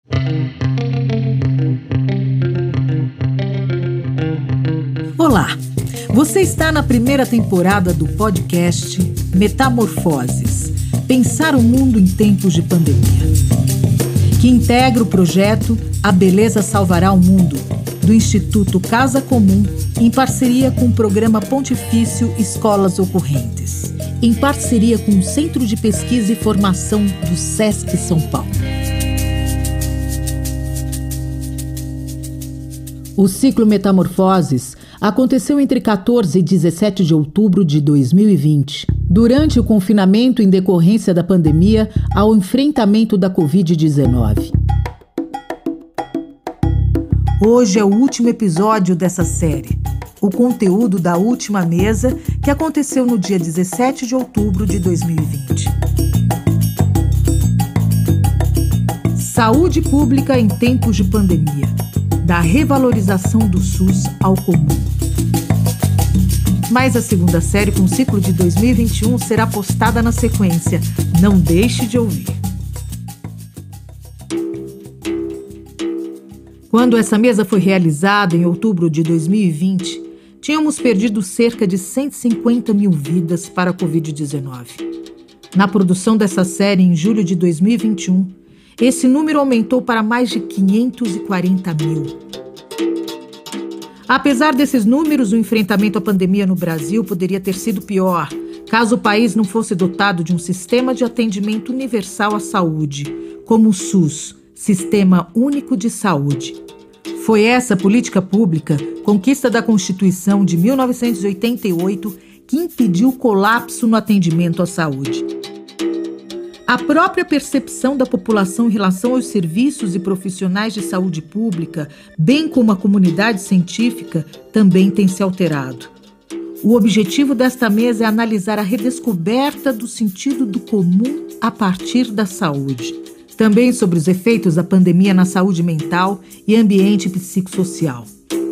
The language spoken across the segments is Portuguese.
Olá, você está na primeira temporada do podcast Metamorfoses, Pensar o Mundo em Tempos de Pandemia, que integra o projeto A Beleza Salvará o Mundo, do Instituto Casa Comum, em parceria com o Programa Pontifício Escolas Ocorrentes, em parceria com o Centro de Pesquisa e Formação do SESC São Paulo. O ciclo Metamorfoses aconteceu entre 14 e 17 de outubro de 2020, durante o confinamento em decorrência da pandemia ao enfrentamento da Covid-19. Hoje é o último episódio dessa série, o conteúdo da última mesa que aconteceu no dia 17 de outubro de 2020. Saúde pública em tempos de pandemia. Da revalorização do SUS ao comum. Mas a segunda série com o ciclo de 2021 será postada na sequência. Não deixe de ouvir. Quando essa mesa foi realizada em outubro de 2020, tínhamos perdido cerca de 150 mil vidas para a Covid-19. Na produção dessa série em julho de 2021, esse número aumentou para mais de 540 mil. Apesar desses números, o enfrentamento à pandemia no Brasil poderia ter sido pior, caso o país não fosse dotado de um sistema de atendimento universal à saúde, como o SUS, Sistema Único de Saúde. Foi essa política pública, conquista da Constituição de 1988, que impediu o colapso no atendimento à saúde. A própria percepção da população em relação aos serviços e profissionais de saúde pública, bem como a comunidade científica, também tem se alterado. O objetivo desta mesa é analisar a redescoberta do sentido do comum a partir da saúde. Também sobre os efeitos da pandemia na saúde mental e ambiente psicossocial.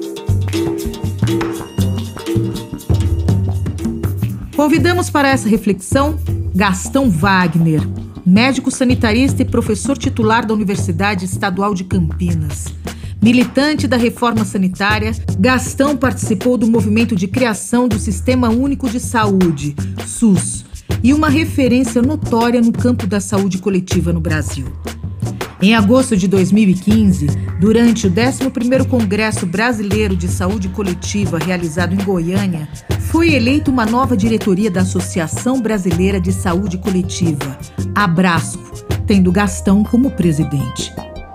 Convidamos para essa reflexão Gastão Wagner, médico sanitarista e professor titular da Universidade Estadual de Campinas. Militante da reforma sanitária, Gastão participou do movimento de criação do Sistema Único de Saúde, SUS, e uma referência notória no campo da saúde coletiva no Brasil. Em agosto de 2015, durante o 11º Congresso Brasileiro de Saúde Coletiva realizado em Goiânia, foi eleita uma nova diretoria da Associação Brasileira de Saúde Coletiva, Abrasco, tendo Gastão como presidente.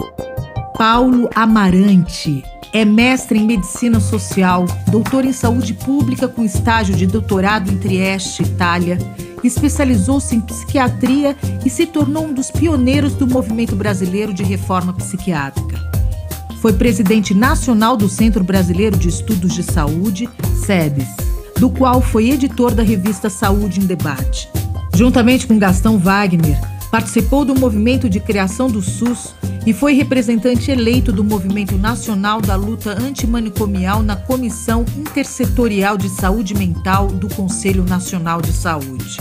Paulo Amarante é mestre em Medicina Social, doutor em Saúde Pública com estágio de doutorado em Trieste, Itália, especializou-se em psiquiatria e se tornou um dos pioneiros do movimento brasileiro de reforma psiquiátrica. Foi presidente nacional do Centro Brasileiro de Estudos de Saúde, SEBS, do qual foi editor da revista Saúde em Debate. Juntamente com Gastão Wagner, participou do movimento de criação do SUS e foi representante eleito do Movimento Nacional da Luta Antimanicomial na Comissão Intersetorial de Saúde Mental do Conselho Nacional de Saúde.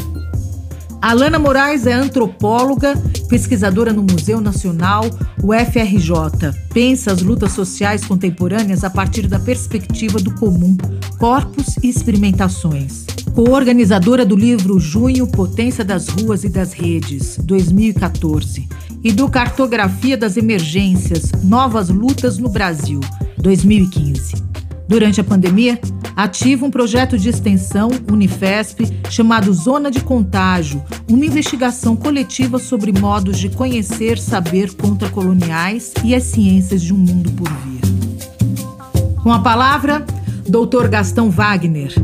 Alana Moraes é antropóloga, pesquisadora no Museu Nacional, UFRJ. Pensa as lutas sociais contemporâneas a partir da perspectiva do comum, corpos e experimentações. Co-organizadora do livro Junho, Potência das Ruas e das Redes, 2014, e do Cartografia das Emergências, Novas Lutas no Brasil, 2015. Durante a pandemia, ativa um projeto de extensão, Unifesp, chamado Zona de Contágio, uma investigação coletiva sobre modos de conhecer, saber contracoloniais e as ciências de um mundo por vir. Com a palavra, Dr. Gastão Wagner.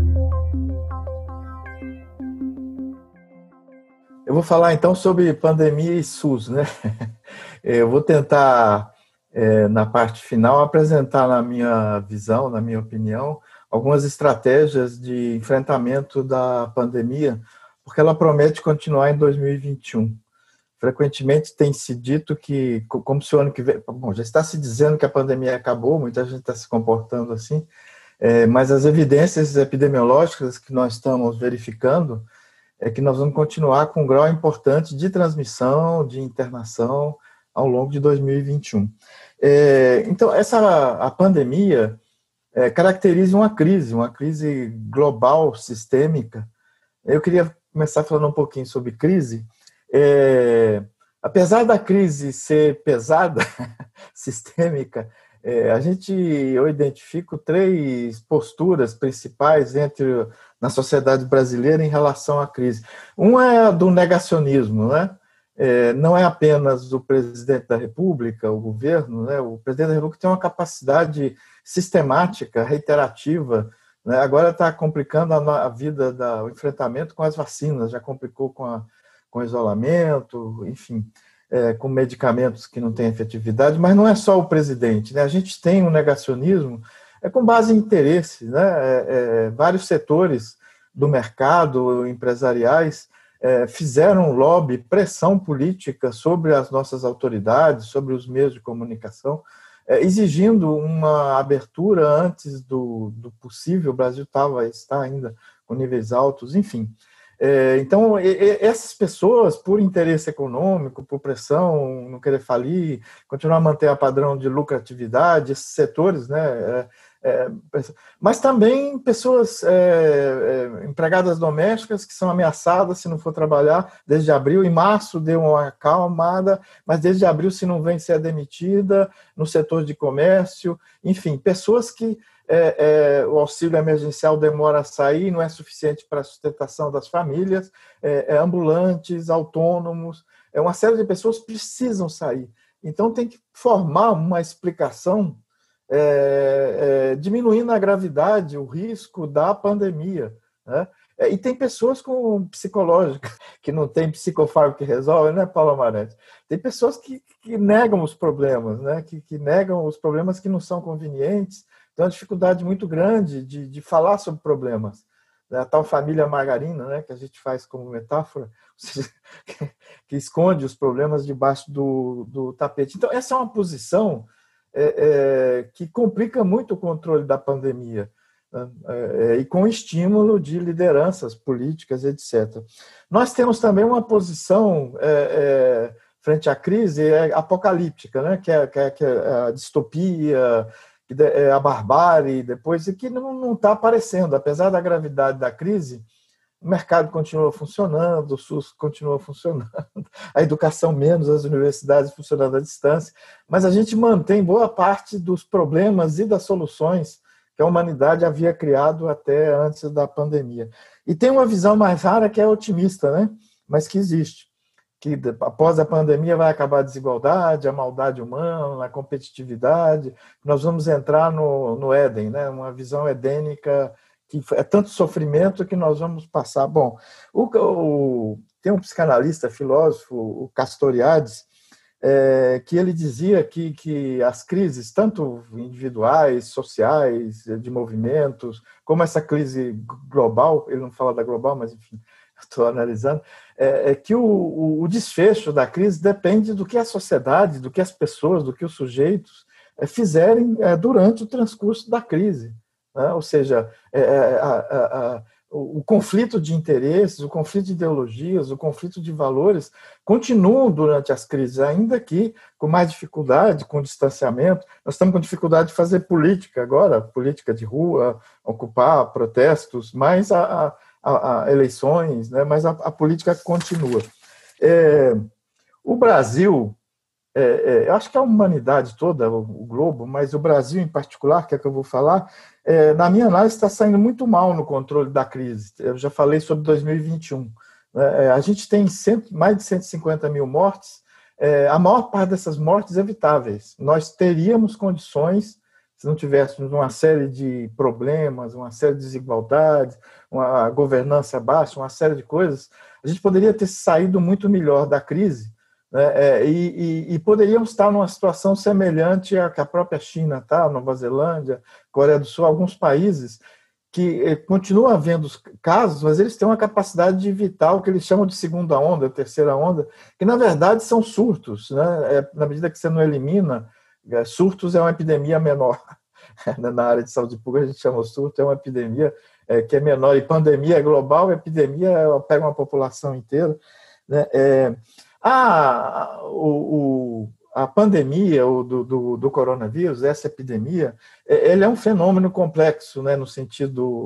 Eu vou falar então sobre pandemia e SUS, né? Eu vou tentar, na parte final, apresentar na minha visão, na minha opinião, algumas estratégias de enfrentamento da pandemia, porque ela promete continuar em 2021. Frequentemente tem se dito que, como se o ano que vem... Bom, já está se dizendo que a pandemia acabou, muita gente está se comportando assim, mas as evidências epidemiológicas que nós estamos verificando é que nós vamos continuar com um grau importante de transmissão, de internação, ao longo de 2021. Então, a pandemia caracteriza uma crise global, sistêmica. Eu queria começar falando um pouquinho sobre crise. Apesar da crise ser pesada, sistêmica, eu identifico três posturas principais na sociedade brasileira em relação à crise. Uma é a do negacionismo, né? Não é apenas o presidente da República, o governo, né? O presidente da República tem uma capacidade sistemática, reiterativa, né? Agora está complicando a vida, o enfrentamento com as vacinas, já complicou com o isolamento, enfim, com medicamentos que não têm efetividade, mas não é só o presidente, né? A gente tem um negacionismo com base em interesse, né? Vários setores do mercado, empresariais, fizeram lobby, pressão política sobre as nossas autoridades, sobre os meios de comunicação, exigindo uma abertura antes do possível. O Brasil está ainda com níveis altos, enfim. Então, essas pessoas, por interesse econômico, por pressão, não querer falir, continuar a manter a padrão de lucratividade, esses setores, né? Mas também pessoas empregadas domésticas que são ameaçadas se não for trabalhar desde abril. Em março deu uma acalmada, mas desde abril, se não vem, ser demitida no setor de comércio. Enfim, pessoas que o auxílio emergencial demora a sair, não é suficiente para a sustentação das famílias, ambulantes, autônomos, uma série de pessoas precisam sair. Então, tem que formar uma explicação diminuindo a gravidade, o risco da pandemia, né? E tem pessoas com psicológica, que não tem psicofármaco que resolve, né, Paulo Amarante? Tem pessoas que negam os problemas, né? Que negam os problemas que não são convenientes. Então, é uma dificuldade muito grande de falar sobre problemas. A tal família margarina, né, que a gente faz como metáfora, que esconde os problemas debaixo do tapete. Então, essa é uma posição que complica muito o controle da pandemia, né? E com estímulo de lideranças políticas, etc. Nós temos também uma posição frente à crise apocalíptica, né? que é a distopia, a barbárie, depois, e que não está aparecendo. Apesar da gravidade da crise, o mercado continua funcionando, o SUS continua funcionando, a educação menos, as universidades funcionando à distância, mas a gente mantém boa parte dos problemas e das soluções que a humanidade havia criado até antes da pandemia. E tem uma visão mais rara que é otimista, né? Mas que existe, que após a pandemia vai acabar a desigualdade, a maldade humana, a competitividade, nós vamos entrar no Éden, né? Uma visão edênica, que é tanto sofrimento que nós vamos passar. Bom, tem um psicanalista, filósofo, o Castoriadis, que ele dizia que as crises, tanto individuais, sociais, de movimentos, como essa crise global, ele não fala da global, mas enfim, estou analisando, que o desfecho da crise depende do que a sociedade, do que as pessoas, do que os sujeitos fizerem durante o transcurso da crise, né? Ou seja, o conflito de interesses, o conflito de ideologias, o conflito de valores continuam durante as crises, ainda que com mais dificuldade, com distanciamento. Nós estamos com dificuldade de fazer política agora, política de rua, ocupar protestos, mas a eleições, né? Mas a política continua. O Brasil, eu acho que a humanidade toda, o globo, mas o Brasil em particular, que é que eu vou falar, na minha análise, está saindo muito mal no controle da crise. Eu já falei sobre 2021. A gente tem mais de 150 mil mortes, a maior parte dessas mortes evitáveis. Nós teríamos condições, se não tivéssemos uma série de problemas, uma série de desigualdades, uma governança baixa, uma série de coisas, a gente poderia ter saído muito melhor da crise, né? E poderíamos estar numa situação semelhante à que a própria China está, Nova Zelândia, Coreia do Sul, alguns países que continuam havendo casos, mas eles têm uma capacidade de evitar o que eles chamam de segunda onda, terceira onda, que na verdade são surtos, né? Na medida que você não elimina, surtos é uma epidemia menor. Na área de saúde pública a gente chama o surto, é uma epidemia que é menor, e pandemia é global, epidemia pega uma população inteira, né? a pandemia do coronavírus, essa epidemia, ele é um fenômeno complexo, né, no sentido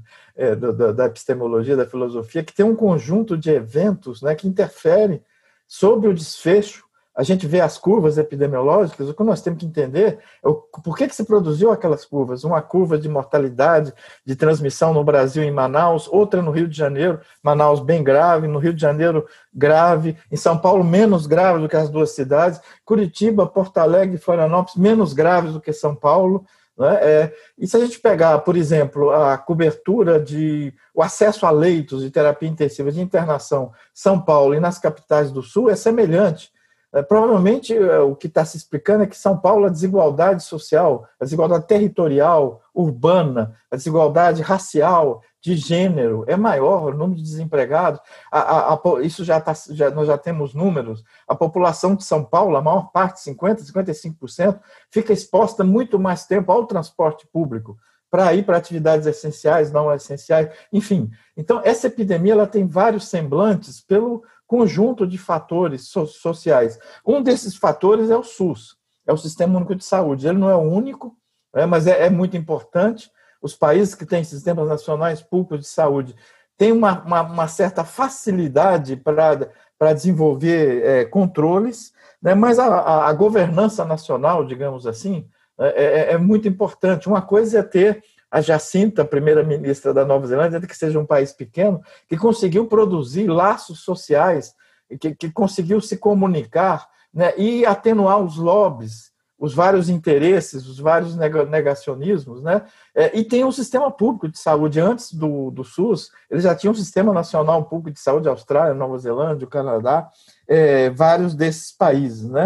da epistemologia, da filosofia, que tem um conjunto de eventos, né, que interferem sobre o desfecho. A gente vê as curvas epidemiológicas, o que nós temos que entender é por que se produziu aquelas curvas. Uma curva de mortalidade, de transmissão no Brasil, em Manaus, outra no Rio de Janeiro, Manaus bem grave, no Rio de Janeiro grave, em São Paulo menos grave do que as duas cidades, Curitiba, Porto Alegre e Florianópolis menos graves do que São Paulo. Né? E se a gente pegar, por exemplo, a cobertura o acesso a leitos de terapia intensiva de internação São Paulo e nas capitais do Sul é semelhante. Provavelmente o que está se explicando é que São Paulo, a desigualdade social, a desigualdade territorial, urbana, a desigualdade racial, de gênero é maior, o número de desempregados, isso nós já temos números, a população de São Paulo, a maior parte, 50%, 55%, fica exposta muito mais tempo ao transporte público, para ir para atividades essenciais, não essenciais, enfim. Então, essa epidemia ela tem vários semblantes pelo conjunto de fatores sociais. Um desses fatores é o SUS, é o Sistema Único de Saúde. Ele não é o único, mas é muito importante. Os países que têm sistemas nacionais públicos de saúde têm uma certa facilidade para desenvolver controles, né? Mas a governança nacional, digamos assim, é muito importante. Uma coisa é ter a Jacinta, primeira-ministra da Nova Zelândia, que seja um país pequeno, que conseguiu produzir laços sociais, que conseguiu se comunicar, né, e atenuar os lobbies, os vários interesses, os vários negacionismos. Né, e tem um sistema público de saúde. Antes do SUS, eles já tinham um sistema nacional público de saúde, Austrália, Nova Zelândia, o Canadá, vários desses países. Né.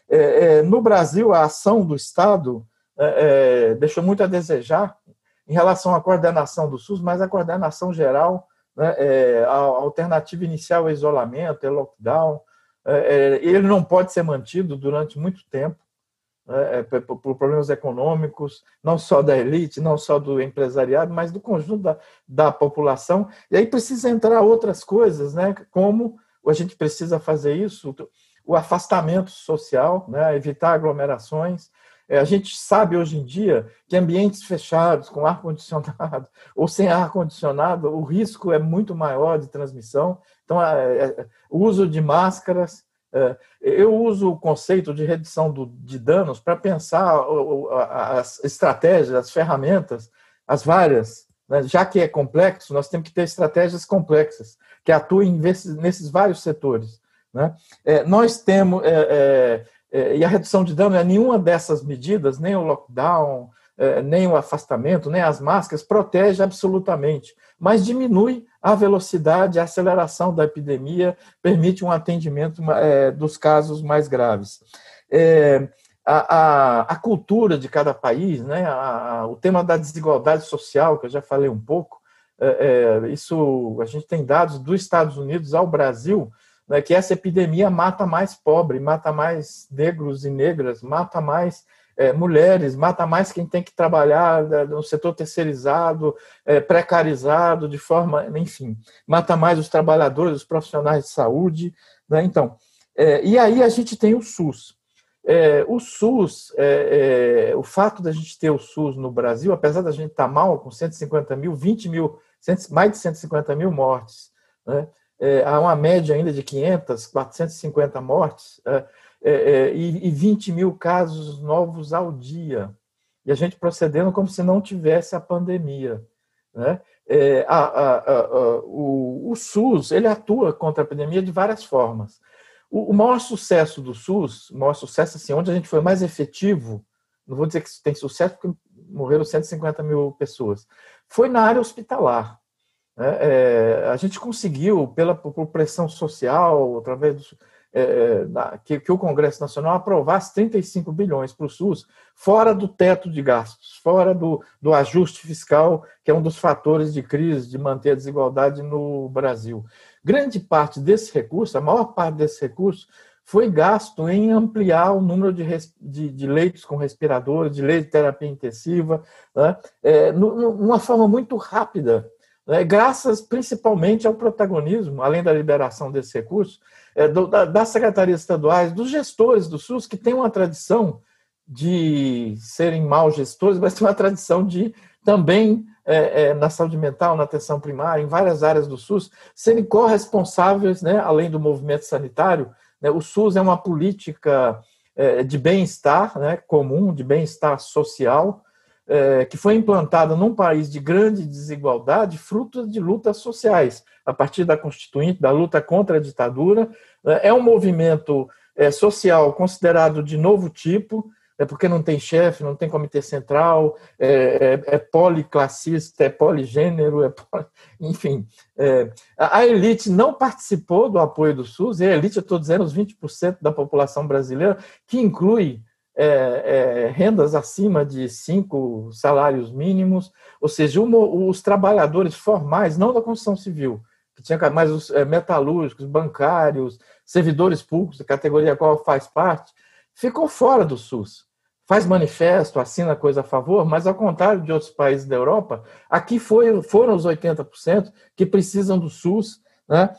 No Brasil, a ação do Estado deixou muito a desejar em relação à coordenação do SUS, mas a coordenação geral, né, a alternativa inicial é isolamento, é lockdown, ele não pode ser mantido durante muito tempo, né, por problemas econômicos, não só da elite, não só do empresariado, mas do conjunto da população. E aí precisa entrar outras coisas, né, como a gente precisa fazer isso, o afastamento social, né, evitar aglomerações. A gente sabe hoje em dia que ambientes fechados, com ar-condicionado ou sem ar-condicionado, o risco é muito maior de transmissão. Então, o uso de máscaras, eu uso o conceito de redução de danos para pensar as estratégias, as ferramentas, as várias. Né? Já que é complexo, nós temos que ter estratégias complexas que atuem nesses vários setores. Né? Nós temos... e a redução de dano, nenhuma dessas medidas, nem o lockdown, nem o afastamento, nem as máscaras, protege absolutamente, mas diminui a velocidade, a aceleração da epidemia, permite um atendimento dos casos mais graves. A cultura de cada país, né, o tema da desigualdade social, que eu já falei um pouco, isso a gente tem dados dos Estados Unidos ao Brasil, que essa epidemia mata mais pobre, mata mais negros e negras, mata mais mulheres, mata mais quem tem que trabalhar no setor terceirizado, precarizado, de forma, enfim, mata mais os trabalhadores, os profissionais de saúde. Né? Então, e aí a gente tem o SUS. O SUS, o fato da gente ter o SUS no Brasil, apesar da gente estar mal, com 150 mil, 20 mil, mais de 150 mil mortes, né? Há uma média ainda de 500, 450 mortes e 20 mil casos novos ao dia. E a gente procedendo como se não tivesse a pandemia. Né? O SUS ele atua contra a epidemia de várias formas. O maior sucesso do SUS, o maior sucesso assim, onde a gente foi mais efetivo, não vou dizer que tem sucesso porque morreram 150 mil pessoas, foi na área hospitalar. A gente conseguiu, por pressão social, através que o Congresso Nacional aprovasse 35 bilhões para o SUS, fora do teto de gastos, fora do ajuste fiscal, que é um dos fatores de crise, de manter a desigualdade no Brasil. Grande parte desse recurso, a maior parte desse recurso, foi gasto em ampliar o número de leitos com respiradores, de leitos de terapia intensiva, né? Numa forma muito rápida. né, graças principalmente ao protagonismo, além da liberação desses recursos, das secretarias estaduais, dos gestores do SUS, que têm uma tradição de serem maus gestores, mas tem uma tradição de também, na saúde mental, na atenção primária, em várias áreas do SUS, serem corresponsáveis, né, além do movimento sanitário. Né, o SUS é uma política de bem-estar, né, comum, de bem-estar social, que foi implantada num país de grande desigualdade, fruto de lutas sociais, a partir da Constituinte, da luta contra a ditadura. É um movimento social considerado de novo tipo, porque não tem chefe, não tem comitê central, é policlassista, é poligênero, enfim. A elite não participou do apoio do SUS, e a elite, eu estou dizendo, os 20% da população brasileira, que inclui rendas acima de 5 salários mínimos, ou seja, os trabalhadores formais, não da construção civil, que tinha mais os metalúrgicos, bancários, servidores públicos, da categoria a qual faz parte, ficou fora do SUS. Faz manifesto, assina coisa a favor, mas, ao contrário de outros países da Europa, aqui foram os 80% que precisam do SUS, né?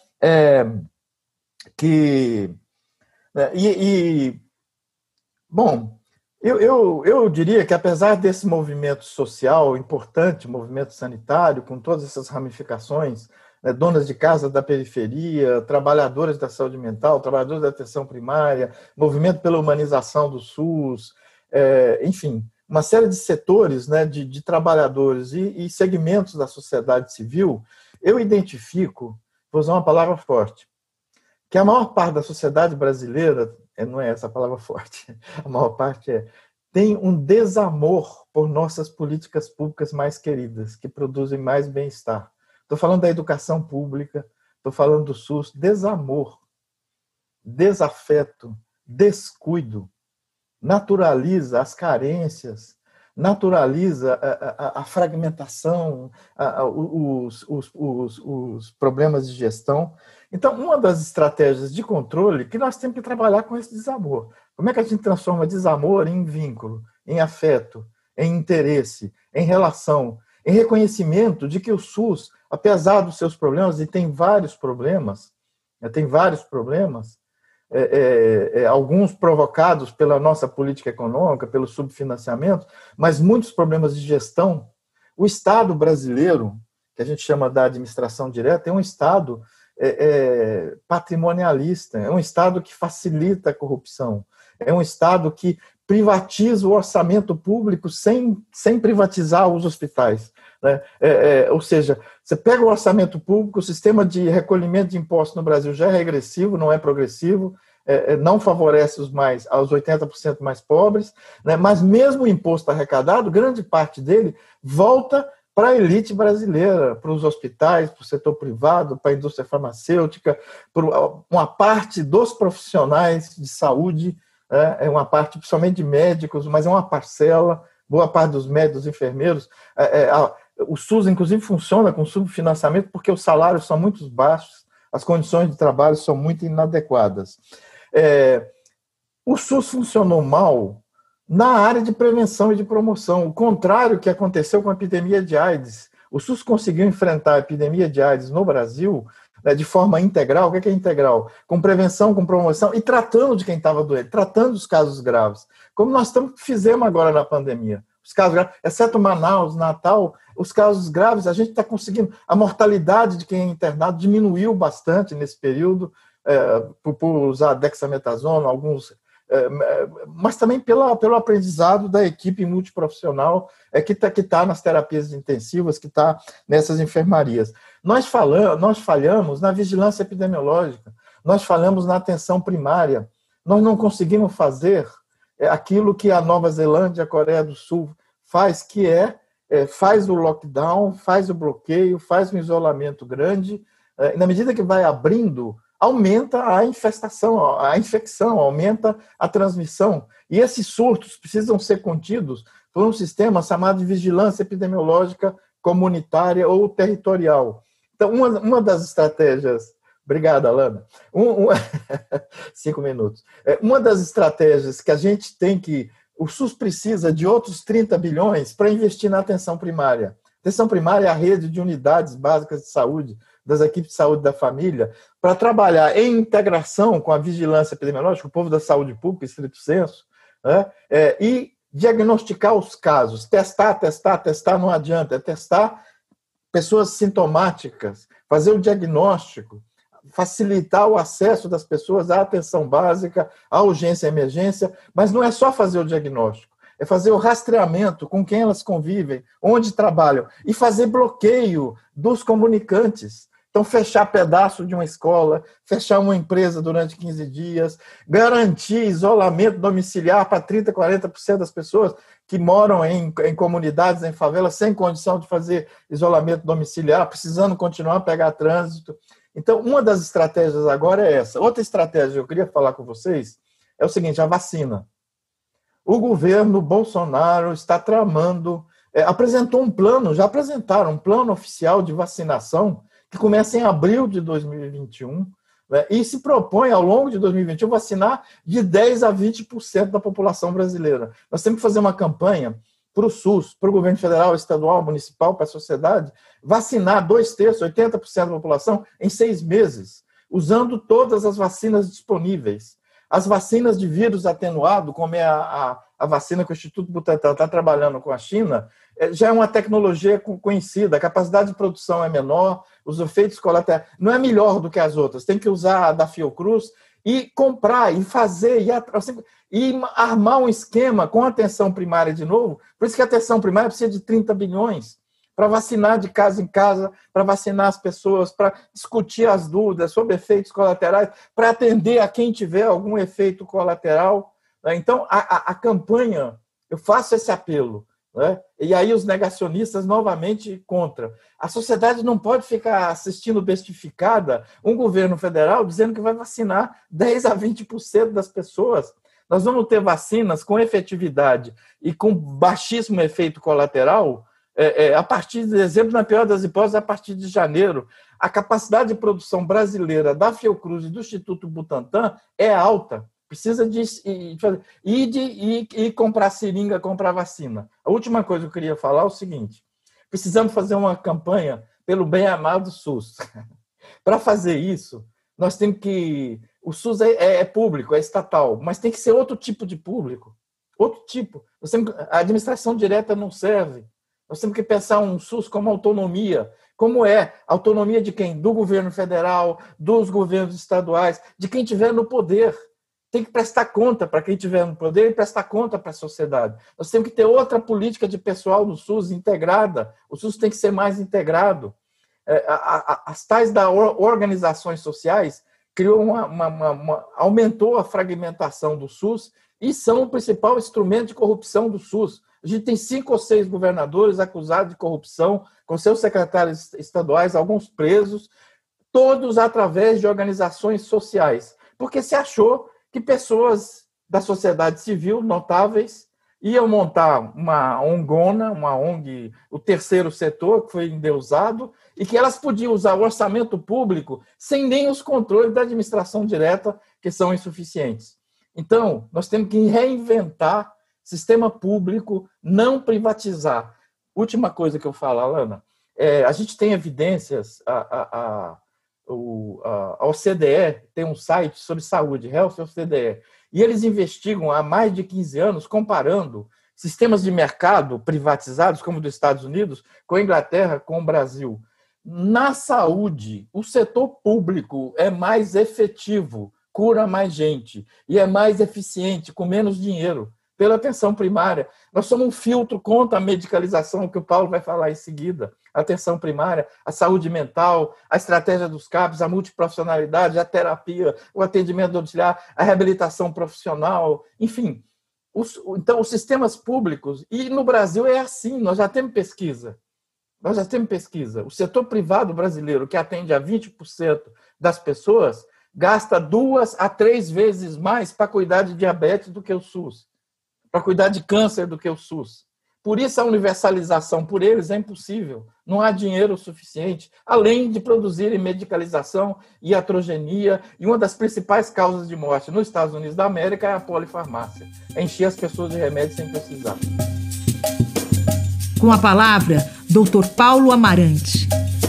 Bom, eu diria que, apesar desse movimento social importante, movimento sanitário, com todas essas ramificações, donas de casa da periferia, trabalhadoras da saúde mental, trabalhadores da atenção primária, movimento pela humanização do SUS, enfim, uma série de setores, né, de trabalhadores e segmentos da sociedade civil, eu identifico, vou usar uma palavra forte, que a maior parte da sociedade brasileira, não é essa a palavra forte, a maior parte tem um desamor por nossas políticas públicas mais queridas, que produzem mais bem-estar. Estou falando da educação pública, estou falando do SUS, desamor, desafeto, descuido, naturaliza as carências, naturaliza a fragmentação, os problemas de gestão. Então, uma das estratégias de controle que nós temos que trabalhar com esse desamor. Como é que a gente transforma desamor em vínculo, em afeto, em interesse, em relação, em reconhecimento de que o SUS, apesar dos seus problemas, e tem vários problemas, alguns provocados pela nossa política econômica, pelo subfinanciamento, mas muitos problemas de gestão. O Estado brasileiro, que a gente chama da administração direta, é um Estado patrimonialista, é um Estado que facilita a corrupção, é um Estado que privatiza o orçamento público sem privatizar os hospitais. Né? Ou seja, você pega o orçamento público, o sistema de recolhimento de impostos no Brasil já é regressivo, não é progressivo, não favorece aos 80% mais pobres, né? Mas mesmo o imposto arrecadado, grande parte dele volta para a elite brasileira, para os hospitais, para o setor privado, para a indústria farmacêutica, para uma parte dos profissionais de saúde, é uma parte principalmente de médicos, mas é uma parcela, boa parte dos médicos, dos enfermeiros. O SUS, inclusive, funciona com subfinanciamento porque os salários são muito baixos, as condições de trabalho são muito inadequadas. O SUS funcionou mal na área de prevenção e de promoção, o contrário que aconteceu com a epidemia de AIDS. O SUS conseguiu enfrentar a epidemia de AIDS no Brasil, né, de forma integral. O que é integral? Com prevenção, com promoção e tratando de quem estava doente, tratando os casos graves, como nós fizemos agora na pandemia. Os casos graves, exceto Manaus, Natal, os casos graves, a gente está conseguindo. A mortalidade de quem é internado diminuiu bastante nesse período, por usar dexametasona, mas também pelo aprendizado da equipe multiprofissional que está nas terapias intensivas, que está nessas enfermarias. Nós falhamos na vigilância epidemiológica, nós falhamos na atenção primária, nós não conseguimos fazer aquilo que a Nova Zelândia, a Coreia do Sul faz, que faz o lockdown, faz o bloqueio, faz um isolamento grande, e na medida que vai abrindo, aumenta a infestação, a infecção, aumenta a transmissão. E esses surtos precisam ser contidos por um sistema chamado de vigilância epidemiológica comunitária ou territorial. Então, uma das estratégias... Obrigado, Alana. 5 minutos. Uma das estratégias que a gente tem que... O SUS precisa de outros 30 bilhões para investir na atenção primária, Atenção primária é a rede de unidades básicas de saúde, das equipes de saúde da família, para trabalhar em integração com a vigilância epidemiológica, o povo da saúde pública, estrito senso, né? E diagnosticar os casos. Testar não adianta, é testar pessoas sintomáticas, fazer o diagnóstico, facilitar o acesso das pessoas à atenção básica, à urgência e emergência, mas não é só fazer o diagnóstico, é fazer o rastreamento com quem elas convivem, onde trabalham, e fazer bloqueio dos comunicantes. Então, fechar pedaço de uma escola, fechar uma empresa durante 15 dias, garantir isolamento domiciliar para 30%, 40% das pessoas que moram em comunidades, em favelas, sem condição de fazer isolamento domiciliar, precisando continuar a pegar trânsito. Então, uma das estratégias agora é essa. Outra estratégia que eu queria falar com vocês é o seguinte, a vacina. O governo Bolsonaro está tramando, apresentou um plano, já apresentaram um plano oficial de vacinação que começa em abril de 2021, né, e se propõe, ao longo de 2021, vacinar de 10% a 20% da população brasileira. Nós temos que fazer uma campanha para o SUS, para o governo federal, estadual, municipal, para a sociedade, vacinar 2/3, 80% da população em 6 meses, usando todas as vacinas disponíveis. As vacinas de vírus atenuado, como é a vacina que o Instituto Butantan está trabalhando com a China, já é uma tecnologia conhecida, a capacidade de produção é menor, os efeitos colaterais não é melhor do que as outras, tem que usar a da Fiocruz e comprar, e fazer, e armar um esquema com a atenção primária de novo, por isso que a atenção primária precisa de 30 bilhões, para vacinar de casa em casa, para vacinar as pessoas, para discutir as dúvidas sobre efeitos colaterais, para atender a quem tiver algum efeito colateral. Então, a campanha, eu faço esse apelo, né? E aí os negacionistas novamente contra. A sociedade não pode ficar assistindo bestificada um governo federal dizendo que vai vacinar 10% a 20% das pessoas. Nós vamos ter vacinas com efetividade e com baixíssimo efeito colateral a partir de dezembro, na pior das hipóteses, a partir de janeiro. A capacidade de produção brasileira da Fiocruz e do Instituto Butantan é alta. Precisa de ir comprar seringa, comprar vacina. A última coisa que eu queria falar é o seguinte, precisamos fazer uma campanha pelo bem-amado SUS. Para fazer isso, nós temos que... O SUS é público, é estatal, mas tem que ser outro tipo de público. Outro tipo. A administração direta não serve. Nós temos que pensar um SUS como autonomia. Como é? Autonomia de quem? Do governo federal, dos governos estaduais, de quem estiver no poder. Tem que prestar conta para quem estiver no poder e prestar conta para a sociedade. Nós temos que ter outra política de pessoal do SUS integrada. O SUS tem que ser mais integrado. As tais das organizações sociais criou aumentou a fragmentação do SUS e são o principal instrumento de corrupção do SUS. A gente tem 5 ou 6 governadores acusados de corrupção, com seus secretários estaduais, alguns presos, todos através de organizações sociais, porque se achou que pessoas da sociedade civil notáveis iam montar uma ONGona, uma ONG, o terceiro setor, que foi endeusado, e que elas podiam usar o orçamento público sem nem os controles da administração direta, que são insuficientes. Então, nós temos que reinventar sistema público, não privatizar. Última coisa que eu falo, Alana, a gente tem evidências, a OCDE tem um site sobre saúde, Health OCDE, e eles investigam há mais de 15 anos, comparando sistemas de mercado privatizados, como dos Estados Unidos, com a Inglaterra, com o Brasil. Na saúde, o setor público é mais efetivo, cura mais gente, e é mais eficiente, com menos dinheiro, pela atenção primária. Nós somos um filtro contra a medicalização, que o Paulo vai falar em seguida. A atenção primária, a saúde mental, a estratégia dos CAPs, a multiprofissionalidade, a terapia, o atendimento domiciliar, a reabilitação profissional, enfim. Então, os sistemas públicos, e no Brasil é assim, nós já temos pesquisa. O setor privado brasileiro, que atende a 20% das pessoas, gasta 2 a 3 vezes mais para cuidar de diabetes do que o SUS, para cuidar de câncer do que o SUS. Por isso, a universalização por eles é impossível. Não há dinheiro suficiente, além de produzirem medicalização, iatrogenia, e uma das principais causas de morte nos Estados Unidos da América é a polifarmácia. É encher as pessoas de remédio sem precisar. Com a palavra, Dr. Paulo Amarante.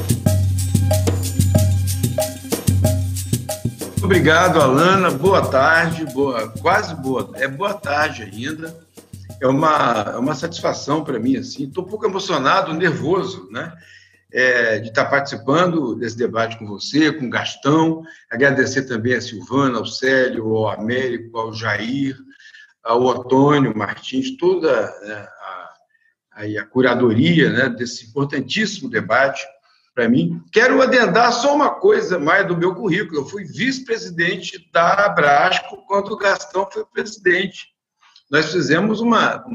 Obrigado, Alana. Boa tarde, boa tarde ainda. É uma satisfação para mim, assim. Estou um pouco emocionado, nervoso, né? De estar participando desse debate com você, com o Gastão. Agradecer também a Silvana, ao Célio, ao Américo, ao Jair, ao Antônio Martins, toda a curadoria, né, desse importantíssimo debate para mim. Quero adendar só uma coisa mais do meu currículo. Eu fui vice-presidente da Abrasco quando o Gastão foi presidente. Nós fizemos uma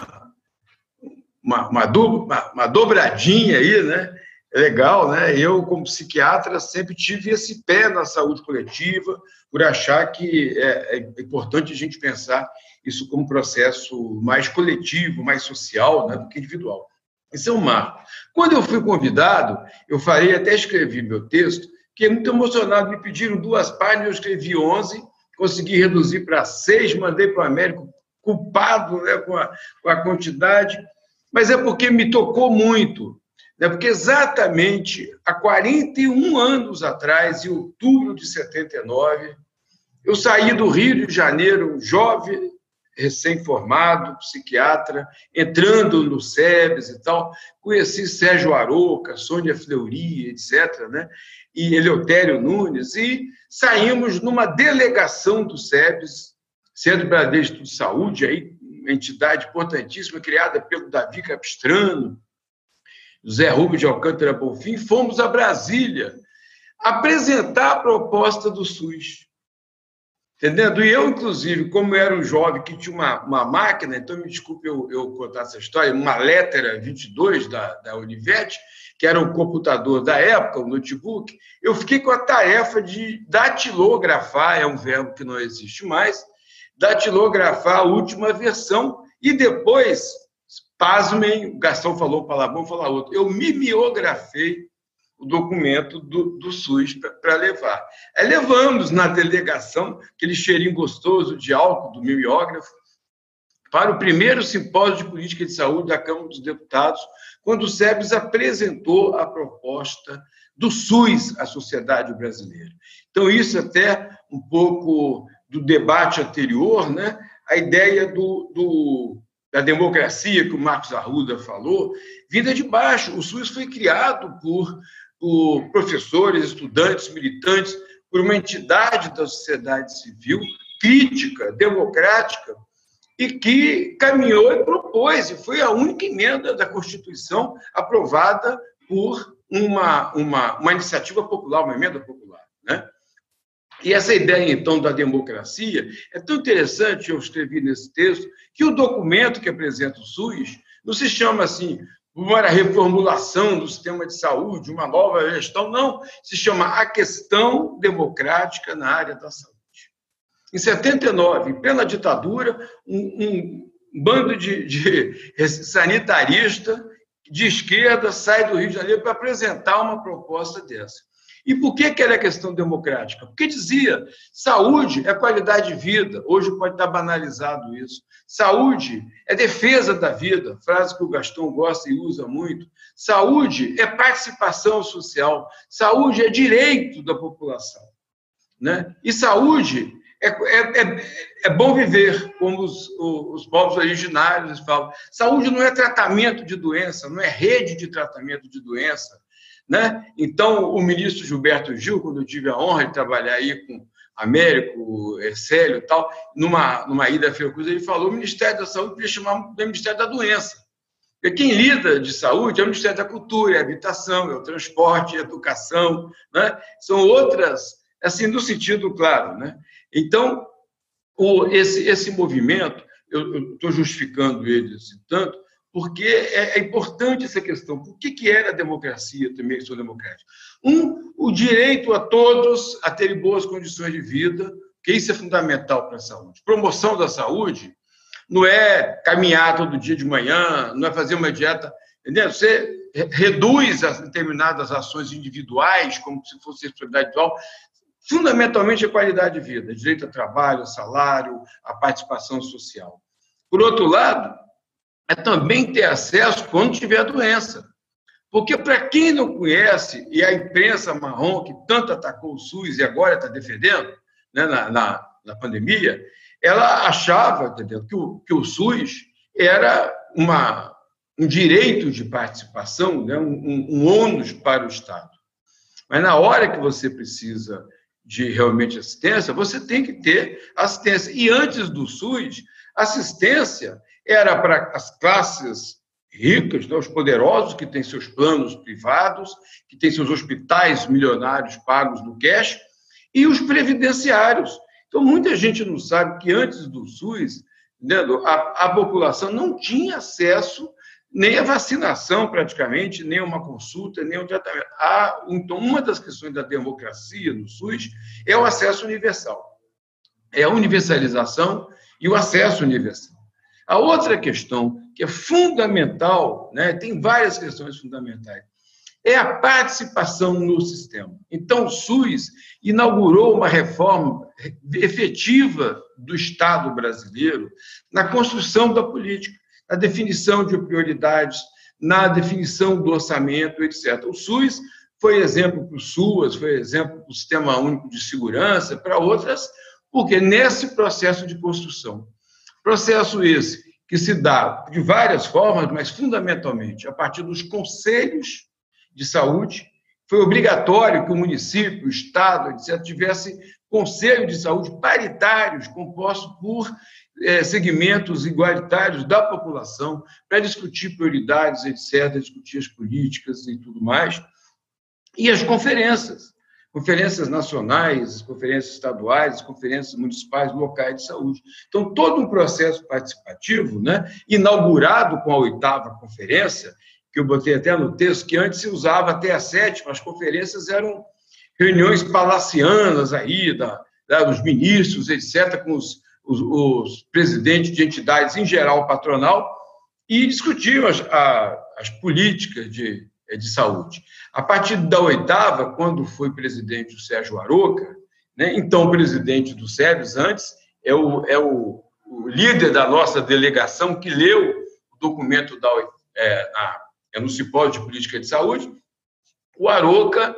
dobradinha aí, né? Legal, né? Eu, como psiquiatra, sempre tive esse pé na saúde coletiva, por achar que é importante a gente pensar isso como um processo mais coletivo, mais social, né, do que individual. Isso é um marco. Quando eu fui convidado, eu até escrevi meu texto, fiquei muito emocionado, me pediram 2 páginas, eu escrevi 11, consegui reduzir para 6, mandei para o Américo, culpado, né, com a quantidade, mas é porque me tocou muito, né, porque exatamente há 41 anos atrás, em outubro de 79, eu saí do Rio de Janeiro, um jovem, recém-formado, psiquiatra, entrando no SEBS e tal, conheci Sérgio Aroca, Sônia Fleury, etc., né? E Eleutério Nunes, e saímos numa delegação do SEBS, Centro Bradesco de Saúde, aí, uma entidade importantíssima, criada pelo Davi Capistrano, José Rubens de Alcântara Bonfim, fomos a Brasília apresentar a proposta do SUS. Entendendo? E eu, inclusive, como era um jovem que tinha uma máquina, então me desculpe eu contar essa história, uma Lettera 22 da Olivetti, que era um computador da época, um notebook, eu fiquei com a tarefa de datilografar, é um verbo que não existe mais, datilografar a última versão e depois, pasmem, o Gastão falou um palavrão, falar outro, eu mimeografei o documento do SUS para levar. Aí levamos na delegação, aquele cheirinho gostoso de álcool do mimeógrafo, para o primeiro simpósio de política de saúde da Câmara dos Deputados, quando o SEBS apresentou a proposta do SUS à sociedade brasileira. Então, isso até um pouco do debate anterior, né? A ideia da democracia que o Marcos Arruda falou, vinda de baixo. O SUS foi criado por professores, estudantes, militantes, por uma entidade da sociedade civil crítica, democrática, e que caminhou e propôs, e foi a única emenda da Constituição aprovada por uma iniciativa popular, uma emenda popular, né? E essa ideia, então, da democracia é tão interessante, eu escrevi nesse texto, que o documento que apresenta o SUS não se chama assim, uma reformulação do sistema de saúde, uma nova gestão, não, se chama A Questão Democrática na Área da Saúde. Em 79, em plena ditadura, um bando de sanitarista de esquerda sai do Rio de Janeiro para apresentar uma proposta dessa. E por que era a questão democrática? Porque dizia, saúde é qualidade de vida. Hoje pode estar banalizado isso. Saúde é defesa da vida, frase que o Gastão gosta e usa muito. Saúde é participação social. Saúde é direito da população, né? E saúde é bom viver, como os povos originários falam. Saúde não é tratamento de doença, não é rede de tratamento de doença, né? Então, o ministro Gilberto Gil, quando eu tive a honra de trabalhar aí com Américo, Célio e tal, numa ida à Fiocruz, ele falou: o Ministério da Saúde podia chamar de Ministério da Doença. Porque quem lida de saúde é o Ministério da Cultura, é a habitação, é o transporte, é a educação, né? São outras, assim, no sentido claro, né? Então, esse movimento, eu estou justificando ele assim, tanto, porque é importante essa questão. Por que era a democracia também, questão democrática? O direito a todos a terem boas condições de vida, que isso é fundamental para a saúde. Promoção da saúde não é caminhar todo dia de manhã, não é fazer uma dieta, entendeu? Você reduz determinadas ações individuais, como se fosse responsabilidade individual, fundamentalmente a qualidade de vida, direito a trabalho, a salário, a participação social. Por outro lado, é também ter acesso quando tiver a doença. Porque, para quem não conhece, e a imprensa marrom, que tanto atacou o SUS e agora está defendendo, né, na pandemia, ela achava, entendeu, que o SUS era um direito de participação, né, um ônus para o Estado. Mas, na hora que você precisa de realmente assistência, você tem que ter assistência. E antes do SUS, assistência era para as classes ricas, né, os poderosos, que têm seus planos privados, que têm seus hospitais milionários pagos no cash, e os previdenciários. Então, muita gente não sabe que antes do SUS, né, a população não tinha acesso nem a vacinação, praticamente, nem a uma consulta, nem a um tratamento. Então, uma das questões da democracia no SUS é o acesso universal. É a universalização e o acesso universal. A outra questão, que é fundamental, né, tem várias questões fundamentais, é a participação no sistema. Então, o SUS inaugurou uma reforma efetiva do Estado brasileiro na construção da política, na definição de prioridades, na definição do orçamento, etc. O SUS foi exemplo para o SUAS, foi exemplo para o Sistema Único de Segurança, para outras, porque nesse processo de construção, processo esse que se dá de várias formas, mas fundamentalmente a partir dos conselhos de saúde, foi obrigatório que o município, o Estado, etc., tivesse conselho de saúde paritários, compostos por segmentos igualitários da população, para discutir prioridades, etc., discutir as políticas e tudo mais. E as conferências nacionais, conferências estaduais, conferências municipais, locais de saúde. Então, todo um processo participativo, né, inaugurado com a 8ª conferência, que eu botei até no texto, que antes se usava até a 7ª, as conferências eram reuniões palacianas aí, dos ministros, etc., com os presidentes de entidades, em geral, patronal, e discutiam as políticas de saúde. A partir da 8ª, quando foi presidente o Sérgio Aroca, né, então presidente do SEBS, antes, é o líder da nossa delegação que leu o documento no Simpósio de Política de Saúde, o Aroca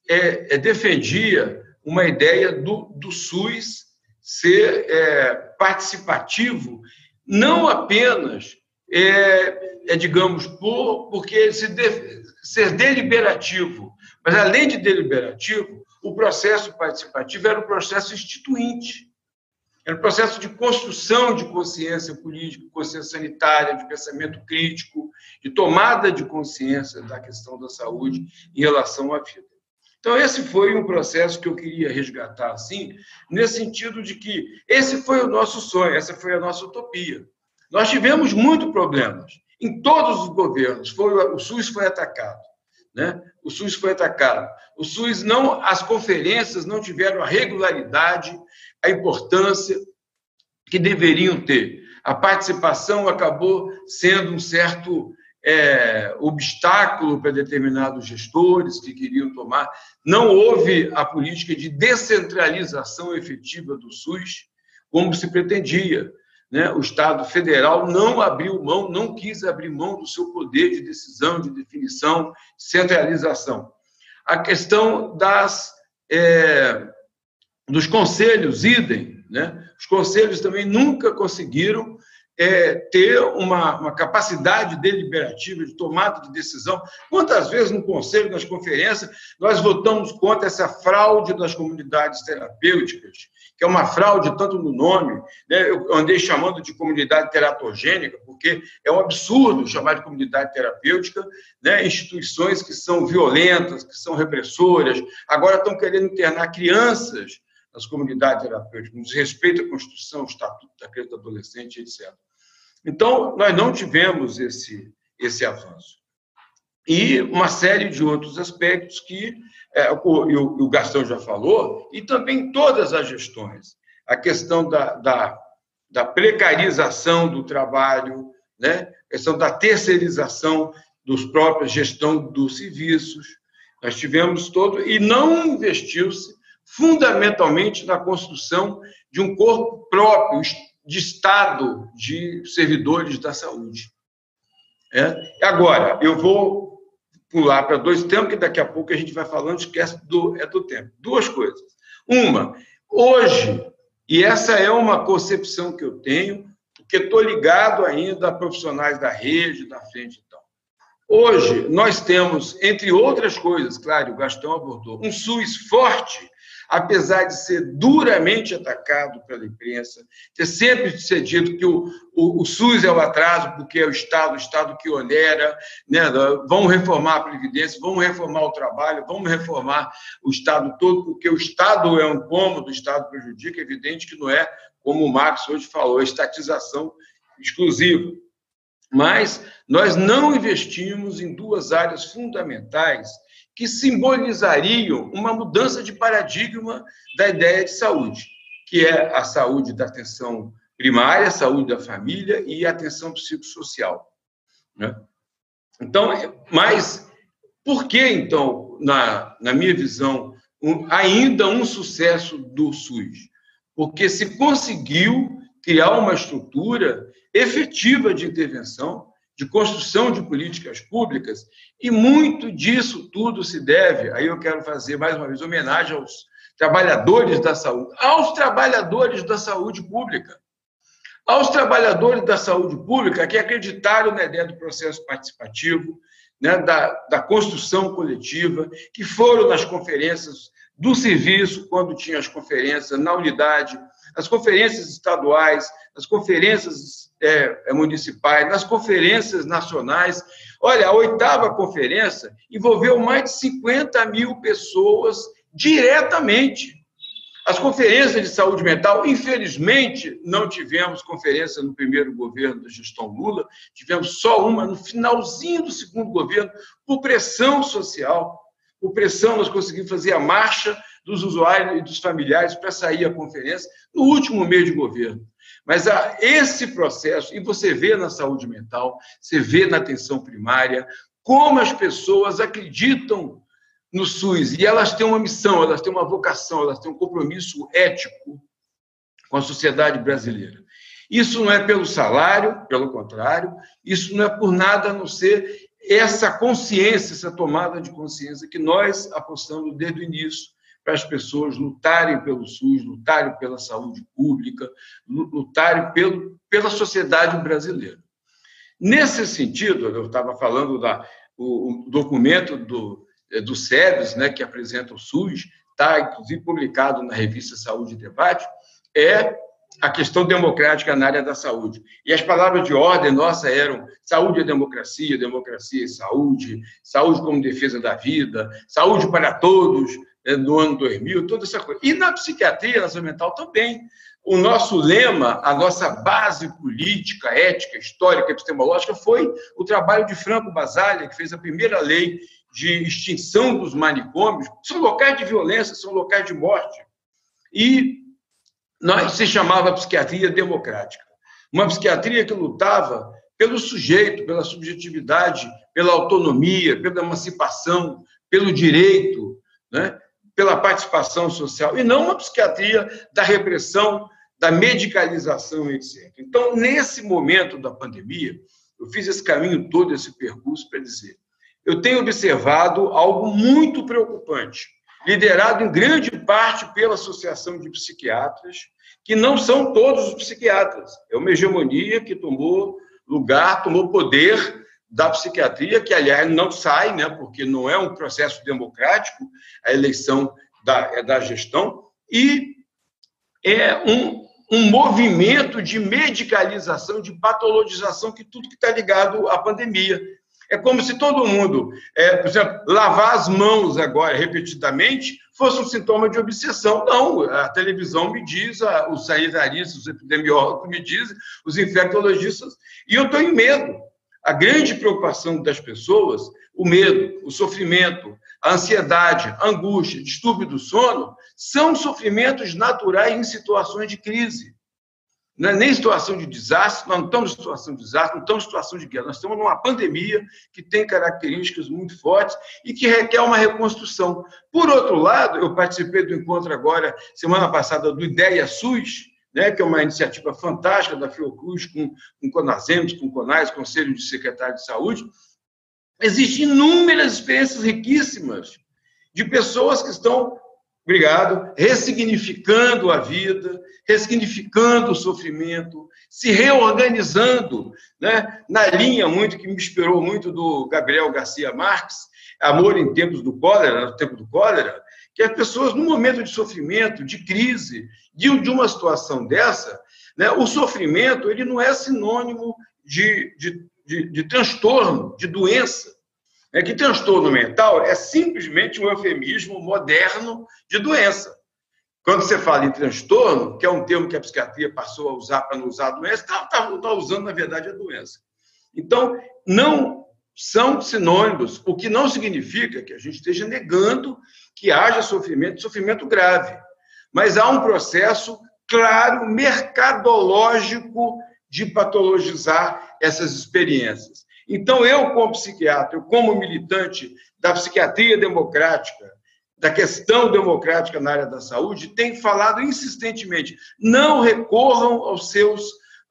defendia uma ideia do SUS ser participativo, não apenas, digamos, porque ser deliberativo, mas, além de deliberativo, o processo participativo era um processo instituinte, era um processo de construção de consciência política, consciência sanitária, de pensamento crítico, de tomada de consciência da questão da saúde em relação à vida. Então, esse foi um processo que eu queria resgatar, assim, nesse sentido de que esse foi o nosso sonho, essa foi a nossa utopia. Nós tivemos muitos problemas. Em todos os governos, o SUS foi atacado, né? O SUS foi atacado. O SUS as conferências não tiveram a regularidade, a importância que deveriam ter. A participação acabou sendo um certo obstáculo para determinados gestores que queriam tomar. Não houve a política de descentralização efetiva do SUS, como se pretendia, né? O Estado federal não quis abrir mão do seu poder de decisão, de definição, centralização. A questão dos conselhos, idem, né? Os conselhos também nunca conseguiram ter uma capacidade deliberativa de tomada de decisão. Quantas vezes no conselho, nas conferências, nós votamos contra essa fraude das comunidades terapêuticas, que é uma fraude tanto no nome, né? Eu andei chamando de comunidade teratogênica, porque é um absurdo chamar de comunidade terapêutica, né? Instituições que são violentas, que são repressoras, agora estão querendo internar crianças nas comunidades terapêuticas, no desrespeito à Constituição, o Estatuto da Criança e do Adolescente, etc. Então, nós não tivemos esse avanço. E uma série de outros aspectos que o Gastão já falou, e também todas as gestões. A questão da precarização do trabalho, né? A questão da terceirização dos próprios gestão dos serviços. Nós tivemos e não investiu-se fundamentalmente na construção de um corpo próprio, de Estado de servidores da saúde. Agora, eu vou pular para 2 tempos, que daqui a pouco a gente vai falando, esquece do tempo. 2 coisas. Uma, hoje, e essa é uma concepção que eu tenho, porque estou ligado ainda a profissionais da rede, da frente. Hoje, nós temos, entre outras coisas, claro, o Gastão abordou, um SUS forte, apesar de ser duramente atacado pela imprensa, ter sempre ser dito que o SUS é o atraso, porque é o Estado que onera, né? Vamos reformar a Previdência, vamos reformar o trabalho, vamos reformar o Estado todo, porque o Estado é um cômodo, o Estado prejudica, é evidente que não é, como o Marx hoje falou, a estatização exclusiva. Mas nós não investimos em 2 áreas fundamentais que simbolizariam uma mudança de paradigma da ideia de saúde, que é a saúde da atenção primária, a saúde da família e a atenção psicossocial, né? Então, mas por que, então, na minha visão, ainda um sucesso do SUS? Porque se conseguiu criar uma estrutura efetiva de intervenção, de construção de políticas públicas, e muito disso tudo se deve, aí eu quero fazer mais uma vez homenagem aos trabalhadores da saúde, aos trabalhadores da saúde pública, aos trabalhadores da saúde pública que acreditaram na ideia do processo participativo, né, da construção coletiva, que foram nas conferências do serviço, quando tinha as conferências na unidade, as conferências estaduais, as conferências municipais, nas conferências nacionais. Olha, a 8ª conferência envolveu mais de 50 mil pessoas diretamente. As conferências de saúde mental, infelizmente, não tivemos conferência no primeiro governo da gestão Lula, tivemos só uma no finalzinho do segundo governo, por pressão social. Por pressão, nós conseguimos fazer a marcha dos usuários e dos familiares para sair a conferência no último mês de governo. Mas esse processo, e você vê na saúde mental, você vê na atenção primária, como as pessoas acreditam no SUS, e elas têm uma missão, elas têm uma vocação, elas têm um compromisso ético com a sociedade brasileira. Isso não é pelo salário, pelo contrário, isso não é por nada a não ser essa consciência, essa tomada de consciência que nós apostamos desde o início, para as pessoas lutarem pelo SUS, lutarem pela saúde pública, lutarem pela sociedade brasileira. Nesse sentido, eu estava falando o documento do SEBS, né, que apresenta o SUS, está, inclusive, publicado na revista Saúde e Debate, é a questão democrática na área da saúde. E as palavras de ordem nossa eram saúde e democracia, democracia e saúde, saúde como defesa da vida, saúde para todos, no ano 2000, toda essa coisa. E na psiquiatria, na saúde mental também. O nosso lema, a nossa base política, ética, histórica, epistemológica foi o trabalho de Franco Basaglia, que fez a primeira lei de extinção dos manicômios. São locais de violência, são locais de morte. E nós se chamava psiquiatria democrática. Uma psiquiatria que lutava pelo sujeito, pela subjetividade, pela autonomia, pela emancipação, pelo direito, né? Pela participação social, e não uma psiquiatria da repressão, da medicalização, etc. Então, nesse momento da pandemia, eu fiz esse caminho todo, esse percurso, para dizer, eu tenho observado algo muito preocupante, liderado em grande parte pela Associação de Psiquiatras, que não são todos os psiquiatras. É uma hegemonia que tomou lugar, tomou poder da psiquiatria, que, aliás, não sai, né, porque não é um processo democrático, a eleição da gestão, e é um movimento de medicalização, de patologização, que tudo que está ligado à pandemia. É como se todo mundo, por exemplo, lavar as mãos agora repetidamente fosse um sintoma de obsessão. Não, a televisão me diz, os sanitaristas, os epidemiólogos me dizem, os infectologistas, e eu estou em medo. A grande preocupação das pessoas, o medo, o sofrimento, a ansiedade, a angústia, distúrbio do sono, são sofrimentos naturais em situações de crise. Não é nem situação de desastre, nós não estamos em situação de desastre, não estamos em situação de guerra, nós estamos numa pandemia que tem características muito fortes e que requer uma reconstrução. Por outro lado, eu participei do encontro agora, semana passada, do Ideia SUS, né, que é uma iniciativa fantástica da Fiocruz, com o CONASEMS, com o CONAS, Conselho de Secretário de Saúde, Existem inúmeras experiências riquíssimas de pessoas que estão, ressignificando a vida, ressignificando o sofrimento, se reorganizando, né? Na linha muito que me inspirou muito do Gabriel Garcia Marques, Amor em Tempos do Cólera, no tempo do cólera, que as pessoas, no momento de sofrimento, de crise, de uma situação dessa, né, o sofrimento ele não é sinônimo de transtorno, de doença. Que transtorno mental é simplesmente um eufemismo moderno de doença. Quando você fala em transtorno, que é um termo que a psiquiatria passou a usar para não usar a doença, está usando, na verdade, a doença. Então, não são sinônimos, o que não significa que a gente esteja negando que haja sofrimento grave. Mas há um processo claro, mercadológico, de patologizar essas experiências. Então, eu, como psiquiatra, como militante da psiquiatria democrática, da questão democrática na área da saúde, tenho falado insistentemente, não recorram aos seus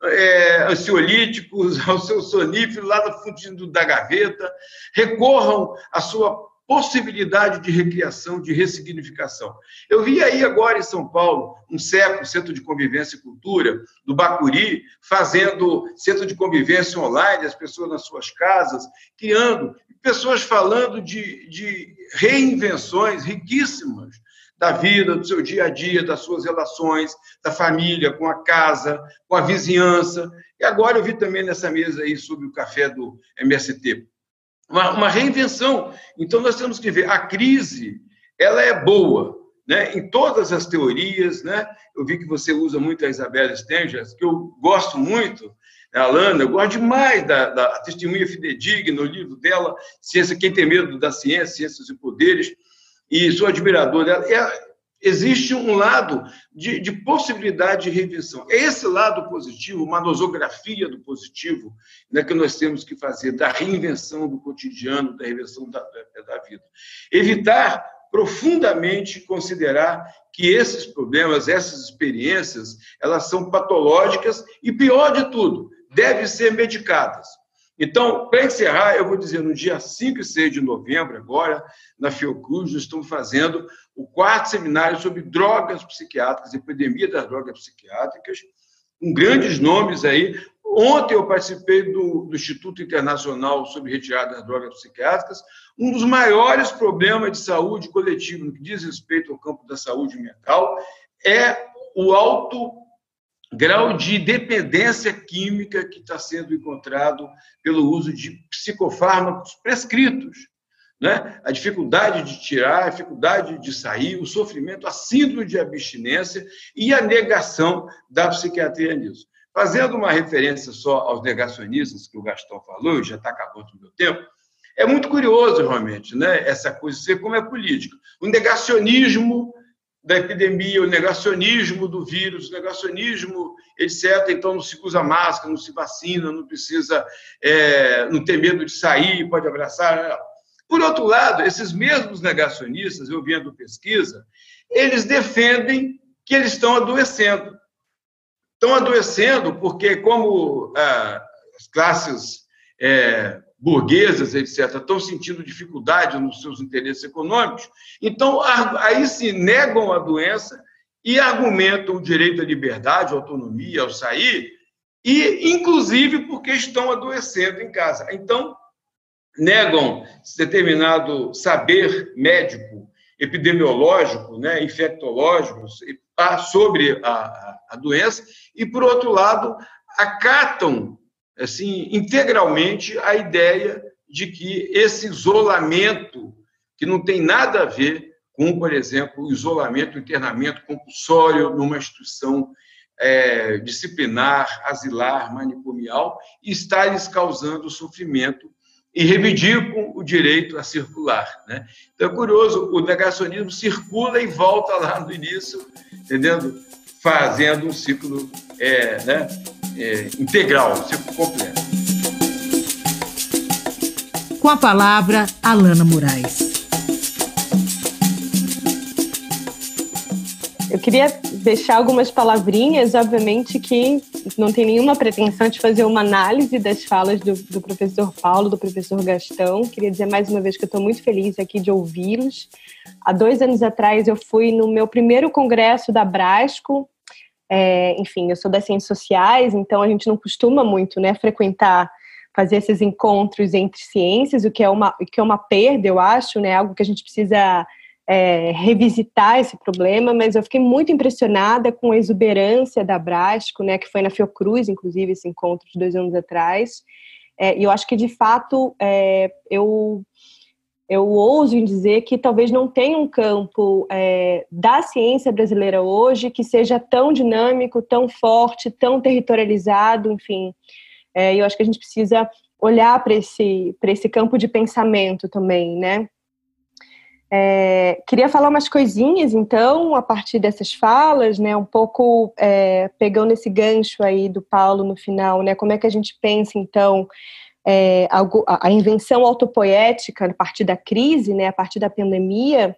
ansiolíticos, aos seus soníferos lá no fundo da gaveta, recorram à sua possibilidade de recriação, de ressignificação. Eu vi aí agora em São Paulo, um Centro de Convivência e Cultura, do Bacuri, fazendo centro de convivência online, as pessoas nas suas casas, criando, pessoas falando de reinvenções riquíssimas da vida, do seu dia a dia, das suas relações, da família, com a casa, com a vizinhança. E agora eu vi também nessa mesa aí sobre o café do MST, uma reinvenção. Então, nós temos que ver, a crise, ela é boa, né? Em todas as teorias, né? Eu vi que você usa muito a Isabella Stengers, que eu gosto muito, a Alana, eu gosto demais da testemunha fidedigna, o livro dela, Ciência, Quem Tem Medo da Ciência, Ciências e Poderes, e sou admirador dela. Existe um lado de possibilidade de reinvenção. É esse lado positivo, uma nosografia do positivo, né, que nós temos que fazer, da reinvenção do cotidiano, da reinvenção da vida. Evitar profundamente considerar que esses problemas, essas experiências, elas são patológicas e, pior de tudo, devem ser medicadas. Então, para encerrar, eu vou dizer, no dia 5 e 6 de novembro, agora, na Fiocruz, nós estamos fazendo o 4º seminário sobre drogas psiquiátricas, epidemia das drogas psiquiátricas, com grandes nomes aí. Ontem eu participei do Instituto Internacional sobre Retirada das Drogas Psiquiátricas. Um dos maiores problemas de saúde coletiva no que diz respeito ao campo da saúde mental é o alto grau de dependência química que está sendo encontrado pelo uso de psicofármacos prescritos, né? A dificuldade de tirar, a dificuldade de sair, o sofrimento, a síndrome de abstinência e a negação da psiquiatria nisso. Fazendo uma referência só aos negacionistas que o Gastão falou, já está acabando o meu tempo, é muito curioso, realmente, né? Essa coisa, você como é política. O negacionismo da epidemia, o negacionismo do vírus, o negacionismo, etc. Então, não se usa máscara, não se vacina, não precisa, não ter medo de sair, pode abraçar. Por outro lado, esses mesmos negacionistas, eu vendo pesquisa, eles defendem que eles estão adoecendo. Estão adoecendo porque, como as classes burguesas, etc., estão sentindo dificuldade nos seus interesses econômicos, então, aí se negam a doença e argumentam o direito à liberdade, à autonomia, ao sair, e, inclusive, porque estão adoecendo em casa. Então, negam determinado saber médico, epidemiológico, né, infectológico, sobre a doença, e, por outro lado, acatam assim, integralmente a ideia de que esse isolamento, que não tem nada a ver com, por exemplo, o isolamento, o internamento compulsório numa instituição disciplinar, asilar, manicomial, está lhes causando sofrimento e reivindicam o direito a circular, né? Então, é curioso, o negacionismo circula e volta lá no início, entendendo? Fazendo um ciclo integral, um ciclo completo. Com a palavra, Alana Moraes. Eu queria deixar algumas palavrinhas, obviamente, que não tem nenhuma pretensão de fazer uma análise das falas do professor Paulo, do professor Gastão. Queria dizer mais uma vez que eu estou muito feliz aqui de ouvi-los. Há 2 anos atrás eu fui no meu primeiro congresso da Abrasco. Enfim, eu sou das ciências sociais, então a gente não costuma muito, né, fazer esses encontros entre ciências, o que é uma perda, eu acho, né, algo que a gente precisa revisitar esse problema, mas eu fiquei muito impressionada com a exuberância da Abrasco, né, que foi na Fiocruz, inclusive, esse encontro de 2 anos atrás, e eu acho que, de fato, eu ouso em dizer que talvez não tenha um campo da ciência brasileira hoje que seja tão dinâmico, tão forte, tão territorializado, enfim. Eu acho que a gente precisa olhar para esse campo de pensamento também, né? Queria falar umas coisinhas, então, a partir dessas falas, né, um pouco pegando esse gancho aí do Paulo no final, né, como é que a gente pensa, então, a invenção autopoética a partir da crise, né, a partir da pandemia.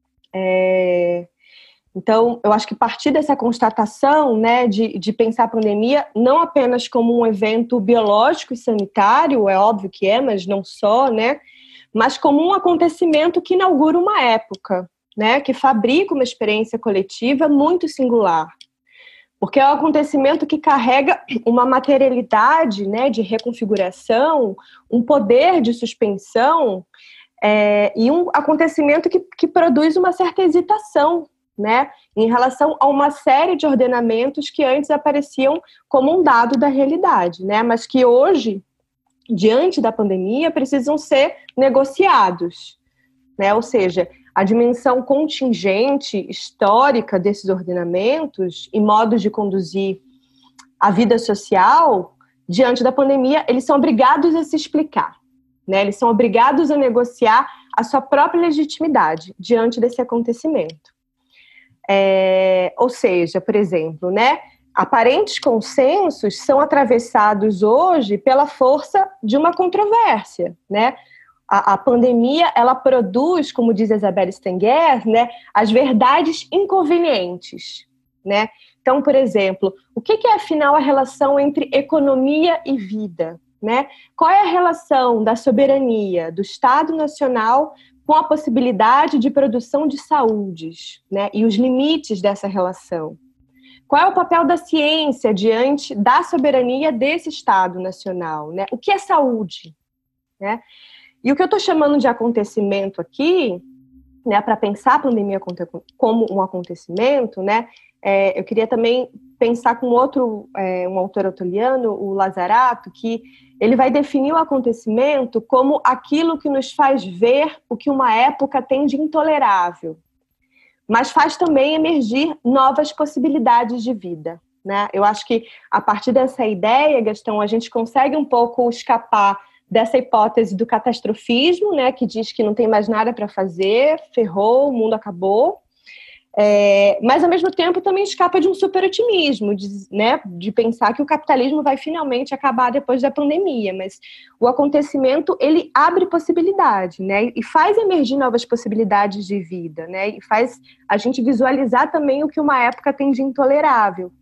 Então, eu acho que partir dessa constatação, né, de pensar a pandemia não apenas como um evento biológico e sanitário, é óbvio que mas não só, né, mas como um acontecimento que inaugura uma época, né, que fabrica uma experiência coletiva muito singular. Porque é um acontecimento que carrega uma materialidade, né, de reconfiguração, um poder de suspensão, e um acontecimento que produz uma certa hesitação, né, em relação a uma série de ordenamentos que antes apareciam como um dado da realidade, né, mas que hoje, diante da pandemia, precisam ser negociados, né? Ou seja, a dimensão contingente, histórica desses ordenamentos e modos de conduzir a vida social, diante da pandemia, eles são obrigados a se explicar, né? Eles são obrigados a negociar a sua própria legitimidade diante desse acontecimento. Ou seja, por exemplo, né, aparentes consensos são atravessados hoje pela força de uma controvérsia, né? A pandemia, ela produz, como diz Isabelle Stenger, né, as verdades inconvenientes, né? Então, por exemplo, o que é, afinal, a relação entre economia e vida, né? Qual é a relação da soberania do Estado Nacional com a possibilidade de produção de saúdes, né? E os limites dessa relação? Qual é o papel da ciência diante da soberania desse Estado Nacional, né? O que é saúde, né? E o que eu estou chamando de acontecimento aqui, né, para pensar a pandemia como um acontecimento, né, eu queria também pensar com um autor italiano, o Lazzarato, que ele vai definir o acontecimento como aquilo que nos faz ver o que uma época tem de intolerável, mas faz também emergir novas possibilidades de vida, né? Eu acho que, a partir dessa ideia, Gastão, a gente consegue um pouco escapar dessa hipótese do catastrofismo, né, que diz que não tem mais nada para fazer, ferrou, o mundo acabou, mas, ao mesmo tempo, também escapa de um superotimismo, de pensar que o capitalismo vai finalmente acabar depois da pandemia, mas o acontecimento, ele abre possibilidade, né, e faz emergir novas possibilidades de vida, né, e faz a gente visualizar também o que uma época tem de intolerável.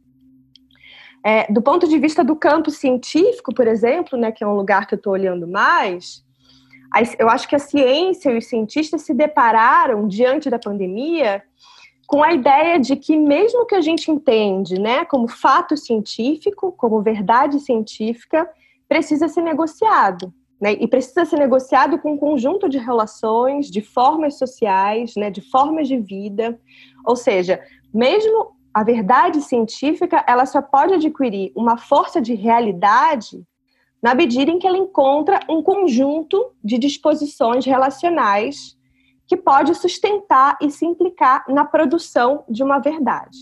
Do ponto de vista do campo científico, por exemplo, né, que é um lugar que eu estou olhando mais, eu acho que a ciência e os cientistas se depararam, diante da pandemia, com a ideia de que, mesmo que a gente entende, né, como fato científico, como verdade científica, precisa ser negociado, né, e precisa ser negociado com um conjunto de relações, de formas sociais, né, de formas de vida, ou seja, mesmo a verdade científica, ela só pode adquirir uma força de realidade na medida em que ela encontra um conjunto de disposições relacionais que pode sustentar e se implicar na produção de uma verdade.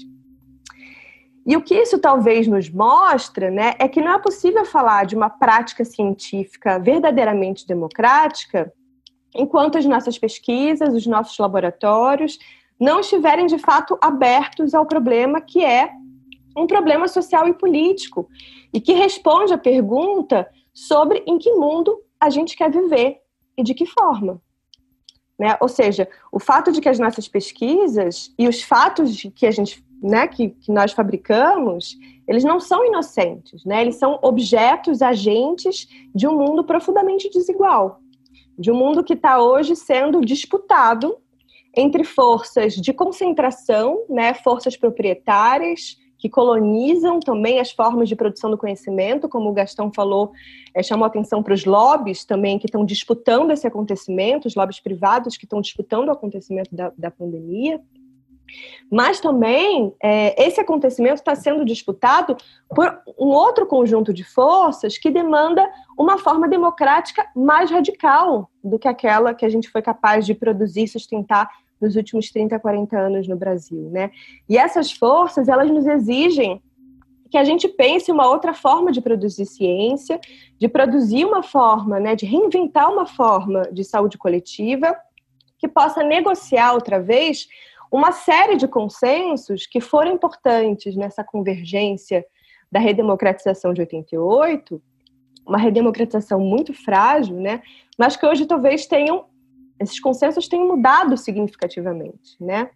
E o que isso talvez nos mostra, né, é que não é possível falar de uma prática científica verdadeiramente democrática enquanto as nossas pesquisas, os nossos laboratórios não estiverem, de fato, abertos ao problema que é um problema social e político e que responde à pergunta sobre em que mundo a gente quer viver e de que forma. Né? Ou seja, o fato de que as nossas pesquisas e os fatos que a gente né, que nós fabricamos, eles não são inocentes, né? Eles são objetos, agentes de um mundo profundamente desigual, de um mundo que está hoje sendo disputado entre forças de concentração, né, forças proprietárias que colonizam também as formas de produção do conhecimento, como o Gastão falou, chamou atenção para os lobbies também que estão disputando esse acontecimento, os lobbies privados que estão disputando o acontecimento da pandemia. Mas também esse acontecimento está sendo disputado por um outro conjunto de forças que demanda uma forma democrática mais radical do que aquela que a gente foi capaz de produzir e sustentar nos últimos 30, 40 anos no Brasil, né? E essas forças, elas nos exigem que a gente pense uma outra forma de produzir ciência, de produzir uma forma, né, de reinventar uma forma de saúde coletiva que possa negociar outra vez uma série de consensos que foram importantes nessa convergência da redemocratização de 88, uma redemocratização muito frágil, né? Mas que hoje talvez esses consensos tenham mudado significativamente, né?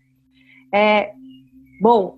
Bom,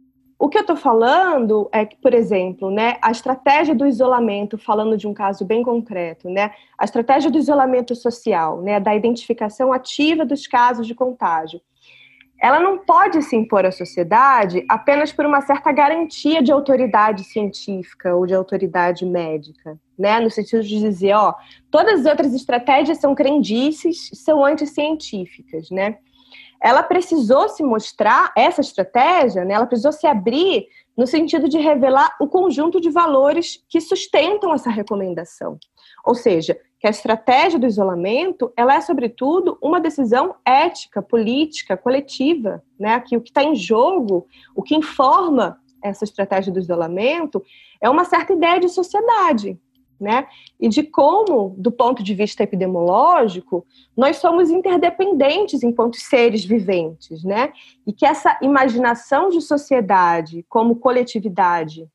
o que eu estou falando é que, por exemplo, né, a estratégia do isolamento, falando de um caso bem concreto, né, a estratégia do isolamento social, né, da identificação ativa dos casos de contágio, ela não pode se impor à sociedade apenas por uma certa garantia de autoridade científica ou de autoridade médica, né? No sentido de dizer, todas as outras estratégias são crendices, são anticientíficas, né? Ela precisou se mostrar, essa estratégia, né, ela precisou se abrir no sentido de revelar o conjunto de valores que sustentam essa recomendação. Ou seja, que a estratégia do isolamento, ela é, sobretudo, uma decisão ética, política, coletiva, né? Que o que está em jogo, o que informa essa estratégia do isolamento, é uma certa ideia de sociedade, né? E de como, do ponto de vista epidemiológico, nós somos interdependentes enquanto seres viventes, né? E que essa imaginação de sociedade como coletividade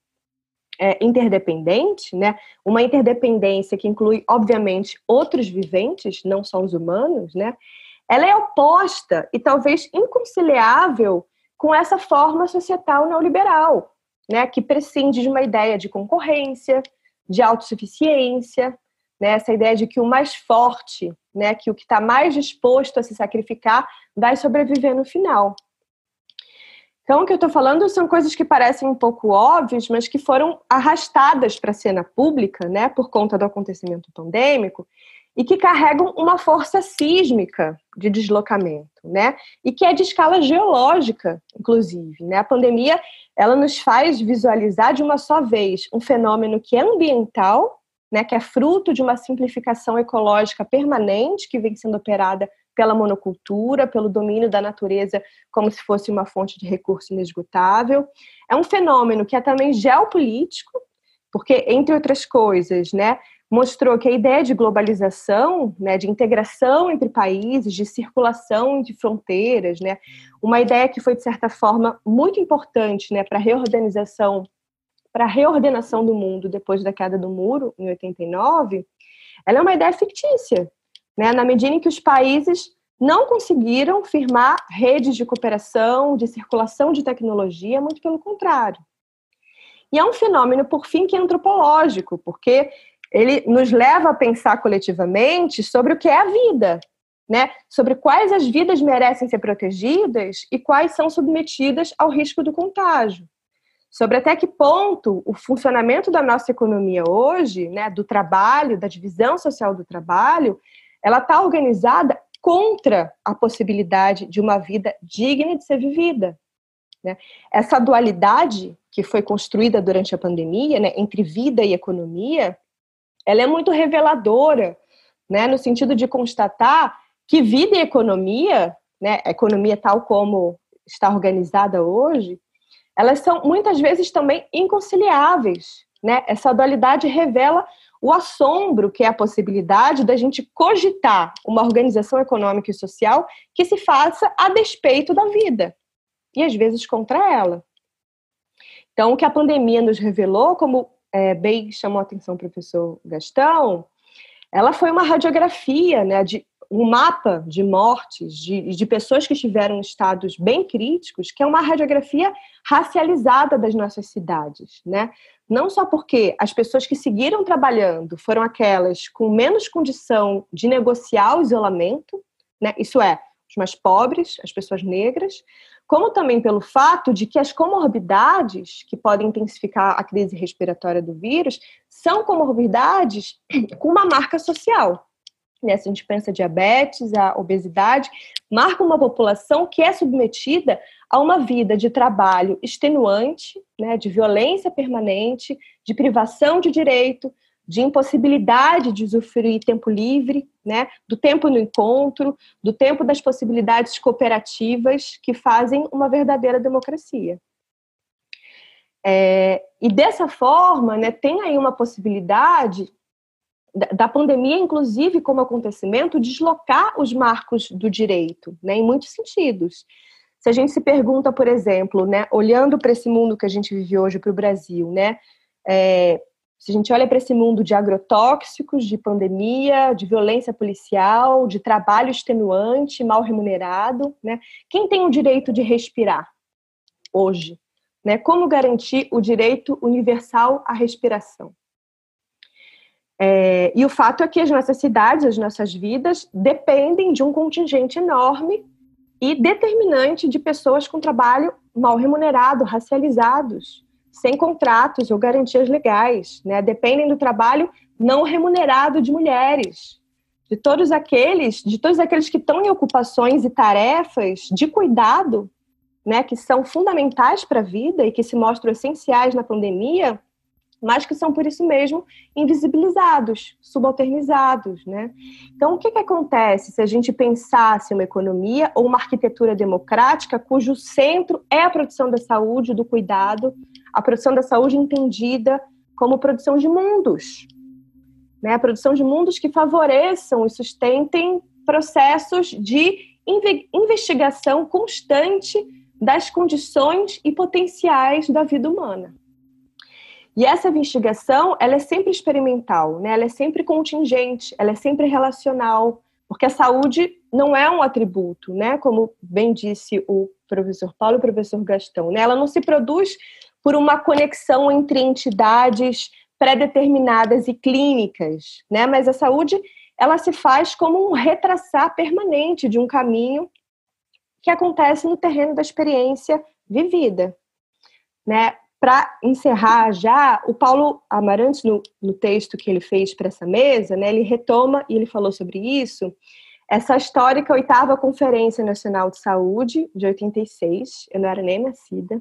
interdependente, né? Uma interdependência que inclui, obviamente, outros viventes, não só os humanos, né? Ela é oposta e talvez inconciliável com essa forma societal neoliberal, né? Que prescinde de uma ideia de concorrência, de autossuficiência, né? Essa ideia de que o mais forte, né? Que o que está mais disposto a se sacrificar vai sobreviver no final. Então, o que eu estou falando são coisas que parecem um pouco óbvias, mas que foram arrastadas para a cena pública, né, por conta do acontecimento pandêmico, e que carregam uma força sísmica de deslocamento, né, e que é de escala geológica, inclusive, né. A pandemia, ela nos faz visualizar de uma só vez um fenômeno que é ambiental, né, que é fruto de uma simplificação ecológica permanente que vem sendo operada pela monocultura, pelo domínio da natureza como se fosse uma fonte de recurso inesgotável. É um fenômeno que é também geopolítico, porque, entre outras coisas, né, mostrou que a ideia de globalização, né, de integração entre países, de circulação entre fronteiras, né, uma ideia que foi, de certa forma, muito importante, né, para a reordenação do mundo depois da queda do muro, em 89, ela é uma ideia fictícia, né, na medida em que os países não conseguiram firmar redes de cooperação, de circulação de tecnologia, muito pelo contrário. E é um fenômeno, por fim, que é antropológico, porque ele nos leva a pensar coletivamente sobre o que é a vida, né? Sobre quais as vidas merecem ser protegidas e quais são submetidas ao risco do contágio. Sobre até que ponto o funcionamento da nossa economia hoje, né, do trabalho, da divisão social do trabalho, ela está organizada contra a possibilidade de uma vida digna de ser vivida, né? Essa dualidade que foi construída durante a pandemia, né, entre vida e economia, ela é muito reveladora, né, no sentido de constatar que vida e economia, né, a economia tal como está organizada hoje, elas são muitas vezes também inconciliáveis, né? Essa dualidade revela o assombro que é a possibilidade da gente cogitar uma organização econômica e social que se faça a despeito da vida e às vezes contra ela. Então, o que a pandemia nos revelou, como bem chamou a atenção o professor Gastão, ela foi uma radiografia, né, de um mapa de mortes, de pessoas que estiveram em estados bem críticos, que é uma radiografia racializada das nossas cidades, né? Não só porque as pessoas que seguiram trabalhando foram aquelas com menos condição de negociar o isolamento, né? Isso é, os mais pobres, as pessoas negras, como também pelo fato de que as comorbidades que podem intensificar a crise respiratória do vírus são comorbidades com uma marca social. Se a gente pensa diabetes, a obesidade, marca uma população que é submetida a uma vida de trabalho extenuante, né, de violência permanente, de privação de direito, de impossibilidade de usufruir tempo livre, né, do tempo no encontro, do tempo das possibilidades cooperativas que fazem uma verdadeira democracia. E dessa forma, né, tem aí uma possibilidade da pandemia, inclusive, como acontecimento, deslocar os marcos do direito, né, em muitos sentidos. Se a gente se pergunta, por exemplo, né, olhando para esse mundo que a gente vive hoje para o Brasil, né, se a gente olha para esse mundo de agrotóxicos, de pandemia, de violência policial, de trabalho extenuante, mal remunerado, né, quem tem o direito de respirar hoje? Né, como garantir o direito universal à respiração? E o fato é que as nossas cidades, as nossas vidas, dependem de um contingente enorme e determinante de pessoas com trabalho mal remunerado, racializados, sem contratos ou garantias legais, né? Dependem do trabalho não remunerado de mulheres, de todos aqueles que estão em ocupações e tarefas de cuidado, né? Que são fundamentais para a vida e que se mostram essenciais na pandemia, mas que são, por isso mesmo, invisibilizados, subalternizados, né? Então, o que acontece se a gente pensasse uma economia ou uma arquitetura democrática cujo centro é a produção da saúde, do cuidado, a produção da saúde entendida como produção de mundos, né? A produção de mundos que favoreçam e sustentem processos de investigação constante das condições e potenciais da vida humana. E essa investigação, ela é sempre experimental, né? Ela é sempre contingente, ela é sempre relacional, porque a saúde não é um atributo, né? Como bem disse o professor Paulo e o professor Gastão, né? Ela não se produz por uma conexão entre entidades pré-determinadas e clínicas, né? Mas a saúde, ela se faz como um retraçar permanente de um caminho que acontece no terreno da experiência vivida, né? Para encerrar já, o Paulo Amarantos, no texto que ele fez para essa mesa, né, ele retoma, e ele falou sobre isso, essa histórica 8ª Conferência Nacional de Saúde, de 86, eu não era nem nascida,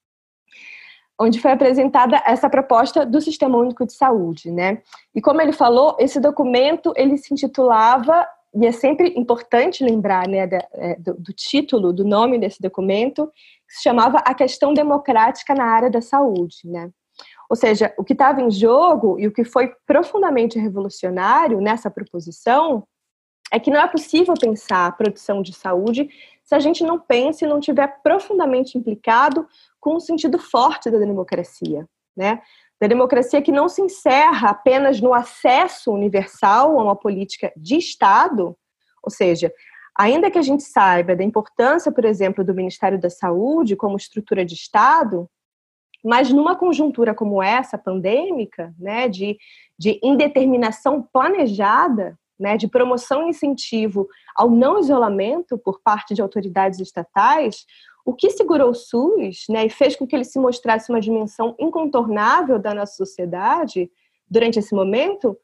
onde foi apresentada essa proposta do Sistema Único de Saúde, né? E como ele falou, esse documento, ele se intitulava, e é sempre importante lembrar, né, do título, do nome desse documento, que se chamava A Questão Democrática na Área da Saúde, né? Ou seja, o que estava em jogo e o que foi profundamente revolucionário nessa proposição é que não é possível pensar a produção de saúde se a gente não pensa e não estiver profundamente implicado com um sentido forte da democracia, né? Da democracia que não se encerra apenas no acesso universal a uma política de Estado, ou seja, ainda que a gente saiba da importância, por exemplo, do Ministério da Saúde como estrutura de Estado, mas numa conjuntura como essa, pandêmica, né, de indeterminação planejada, né, de promoção e incentivo ao não isolamento por parte de autoridades estatais, o que segurou o SUS, né, e fez com que ele se mostrasse uma dimensão incontornável da nossa sociedade durante esse momento,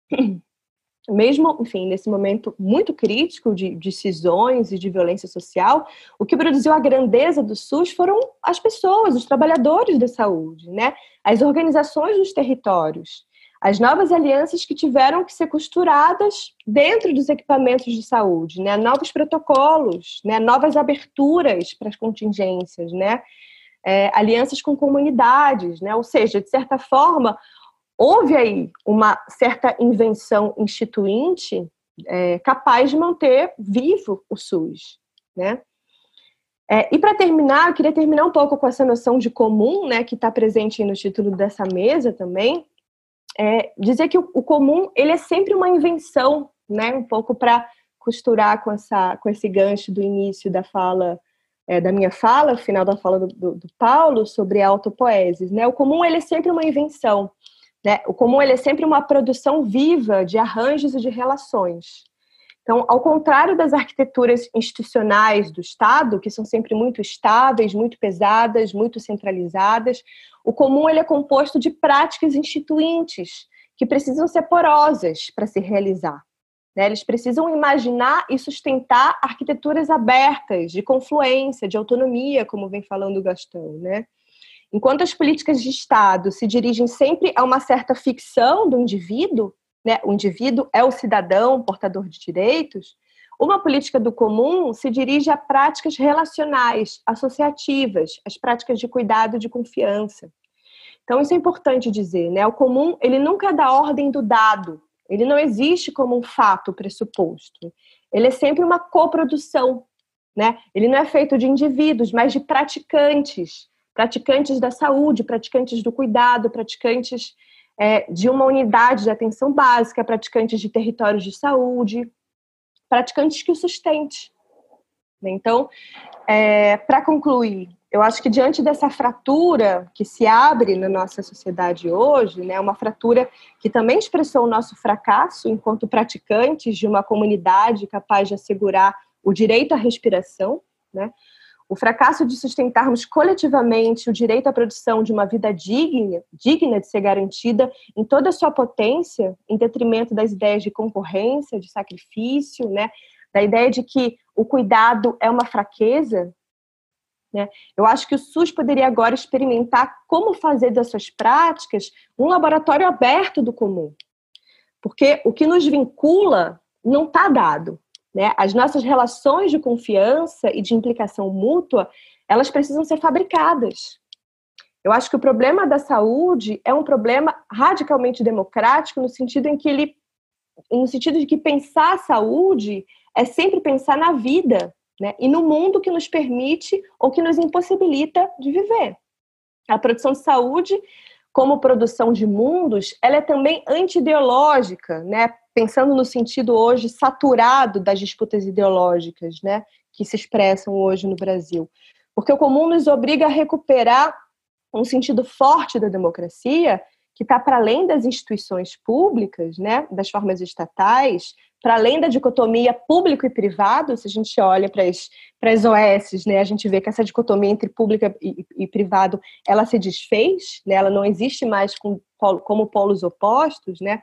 mesmo, enfim, nesse momento muito crítico de cisões e de violência social, o que produziu a grandeza do SUS foram as pessoas, os trabalhadores da saúde, né, as organizações dos territórios, as novas alianças que tiveram que ser costuradas dentro dos equipamentos de saúde, né? Novos protocolos, né? Novas aberturas para as contingências, né? Alianças com comunidades, né? Ou seja, de certa forma, houve aí uma certa invenção instituinte capaz de manter vivo o SUS, né? E para terminar, eu queria terminar um pouco com essa noção de comum, né? Que está presente aí no título dessa mesa também. Dizer que o comum, ele é sempre uma invenção, né, um pouco para costurar com esse gancho do início da fala, da minha fala, final da fala do Paulo, sobre a autopoiesis, né? O comum, ele é sempre uma invenção, né? O comum, ele é sempre uma produção viva de arranjos e de relações. Então, ao contrário das arquiteturas institucionais do Estado, que são sempre muito estáveis, muito pesadas, muito centralizadas, o comum, ele é composto de práticas instituintes que precisam ser porosas para se realizar, né? Eles precisam imaginar e sustentar arquiteturas abertas, de confluência, de autonomia, como vem falando o Gastão, né? Enquanto as políticas de Estado se dirigem sempre a uma certa ficção do indivíduo, né? O indivíduo é o cidadão portador de direitos, uma política do comum se dirige a práticas relacionais, associativas, as práticas de cuidado e de confiança. Então, isso é importante dizer, né? O comum, ele nunca é da ordem do dado, ele não existe como um fato pressuposto. Ele é sempre uma coprodução, né? Ele não é feito de indivíduos, mas de praticantes, praticantes da saúde, praticantes do cuidado, praticantes de uma unidade de atenção básica, praticantes de territórios de saúde, praticantes que o sustente. Então, para concluir, eu acho que diante dessa fratura que se abre na nossa sociedade hoje, né, uma fratura que também expressou o nosso fracasso enquanto praticantes de uma comunidade capaz de assegurar o direito à respiração, né, o fracasso de sustentarmos coletivamente o direito à produção de uma vida digna de ser garantida em toda a sua potência, em detrimento das ideias de concorrência, de sacrifício, né, da ideia de que o cuidado é uma fraqueza, né? Eu acho que o SUS poderia agora experimentar como fazer das suas práticas um laboratório aberto do comum. Porque o que nos vincula não está dado, né? As nossas relações de confiança e de implicação mútua, elas precisam ser fabricadas. Eu acho que o problema da saúde é um problema radicalmente democrático no sentido de que pensar a saúde é sempre pensar na vida, né? E no mundo que nos permite ou que nos impossibilita de viver. A produção de saúde, como produção de mundos, ela é também anti-ideológica, né? Pensando no sentido hoje saturado das disputas ideológicas, né? Que se expressam hoje no Brasil. Porque o comum nos obriga a recuperar um sentido forte da democracia que está para além das instituições públicas, né? Das formas estatais, para além da dicotomia público e privado. Se a gente olha para as OS, né, a gente vê que essa dicotomia entre público e privado, ela se desfez, né, ela não existe mais como polos opostos, né?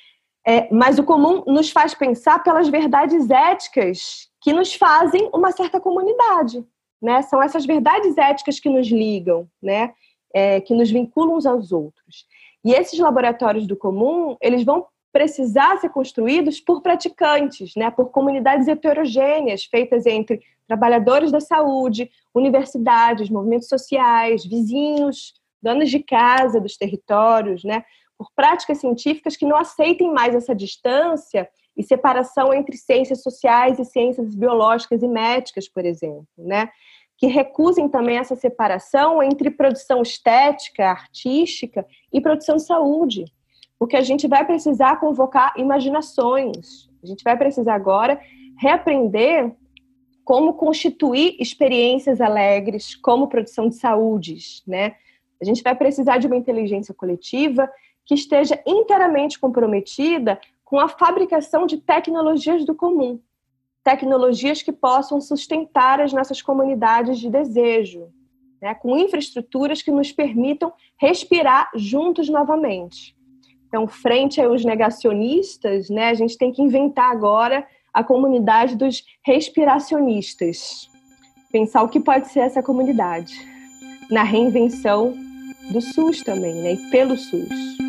Mas o comum nos faz pensar pelas verdades éticas que nos fazem uma certa comunidade, né? São essas verdades éticas que nos ligam, né? Que nos vinculam uns aos outros. E esses laboratórios do comum, eles vão precisar ser construídos por praticantes, né, por comunidades heterogêneas, feitas entre trabalhadores da saúde, universidades, movimentos sociais, vizinhos, donos de casa dos territórios, né, por práticas científicas que não aceitem mais essa distância e separação entre ciências sociais e ciências biológicas e médicas, por exemplo, né, que recusem também essa separação entre produção estética, artística e produção de saúde. Porque a gente vai precisar convocar imaginações. A gente vai precisar agora reaprender como constituir experiências alegres como produção de saúdes, né? A gente vai precisar de uma inteligência coletiva que esteja inteiramente comprometida com a fabricação de tecnologias do comum. Tecnologias que possam sustentar as nossas comunidades de desejo, né? Com infraestruturas que nos permitam respirar juntos novamente. Então, frente aos negacionistas, né, a gente tem que inventar agora a comunidade dos respiracionistas. Pensar o que pode ser essa comunidade. Na reinvenção do SUS também, né, e pelo SUS.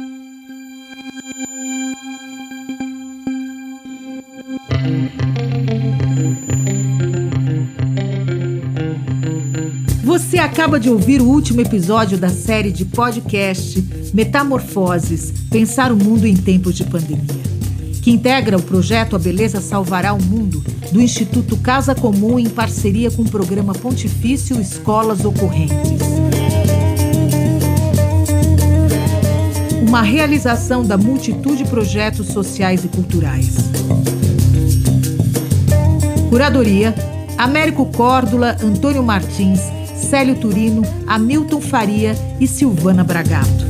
Você acaba de ouvir o último episódio da série de podcast Metamorfoses, Pensar o Mundo em Tempos de Pandemia, que integra o projeto A Beleza Salvará o Mundo, do Instituto Casa Comum em parceria com o programa Pontifício Escolas Ocorrentes. Uma realização da multitude de projetos sociais e culturais. Curadoria: Américo Córdula, Antônio Martins, Célio Turino, Hamilton Faria e Silvana Bragato.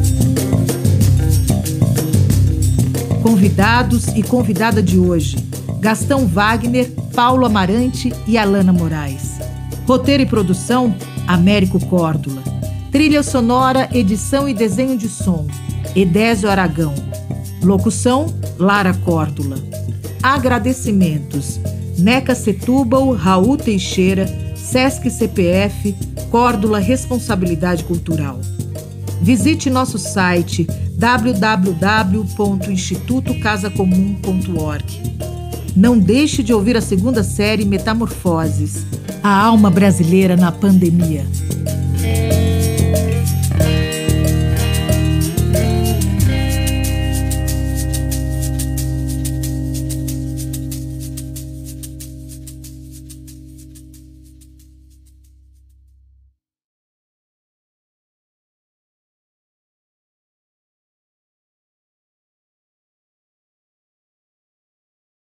Convidados e convidada de hoje: Gastão Wagner, Paulo Amarante e Alana Moraes. Roteiro e produção: Américo Córdula. Trilha sonora, edição e desenho de som: Edésio Aragão. Locução: Lara Córdula. Agradecimentos: Neca Setúbal, Raul Teixeira, Sesc CPF, Córdula Responsabilidade Cultural. Visite nosso site www.institutocasacomum.org. Não deixe de ouvir a segunda série Metamorfoses, a alma brasileira na pandemia.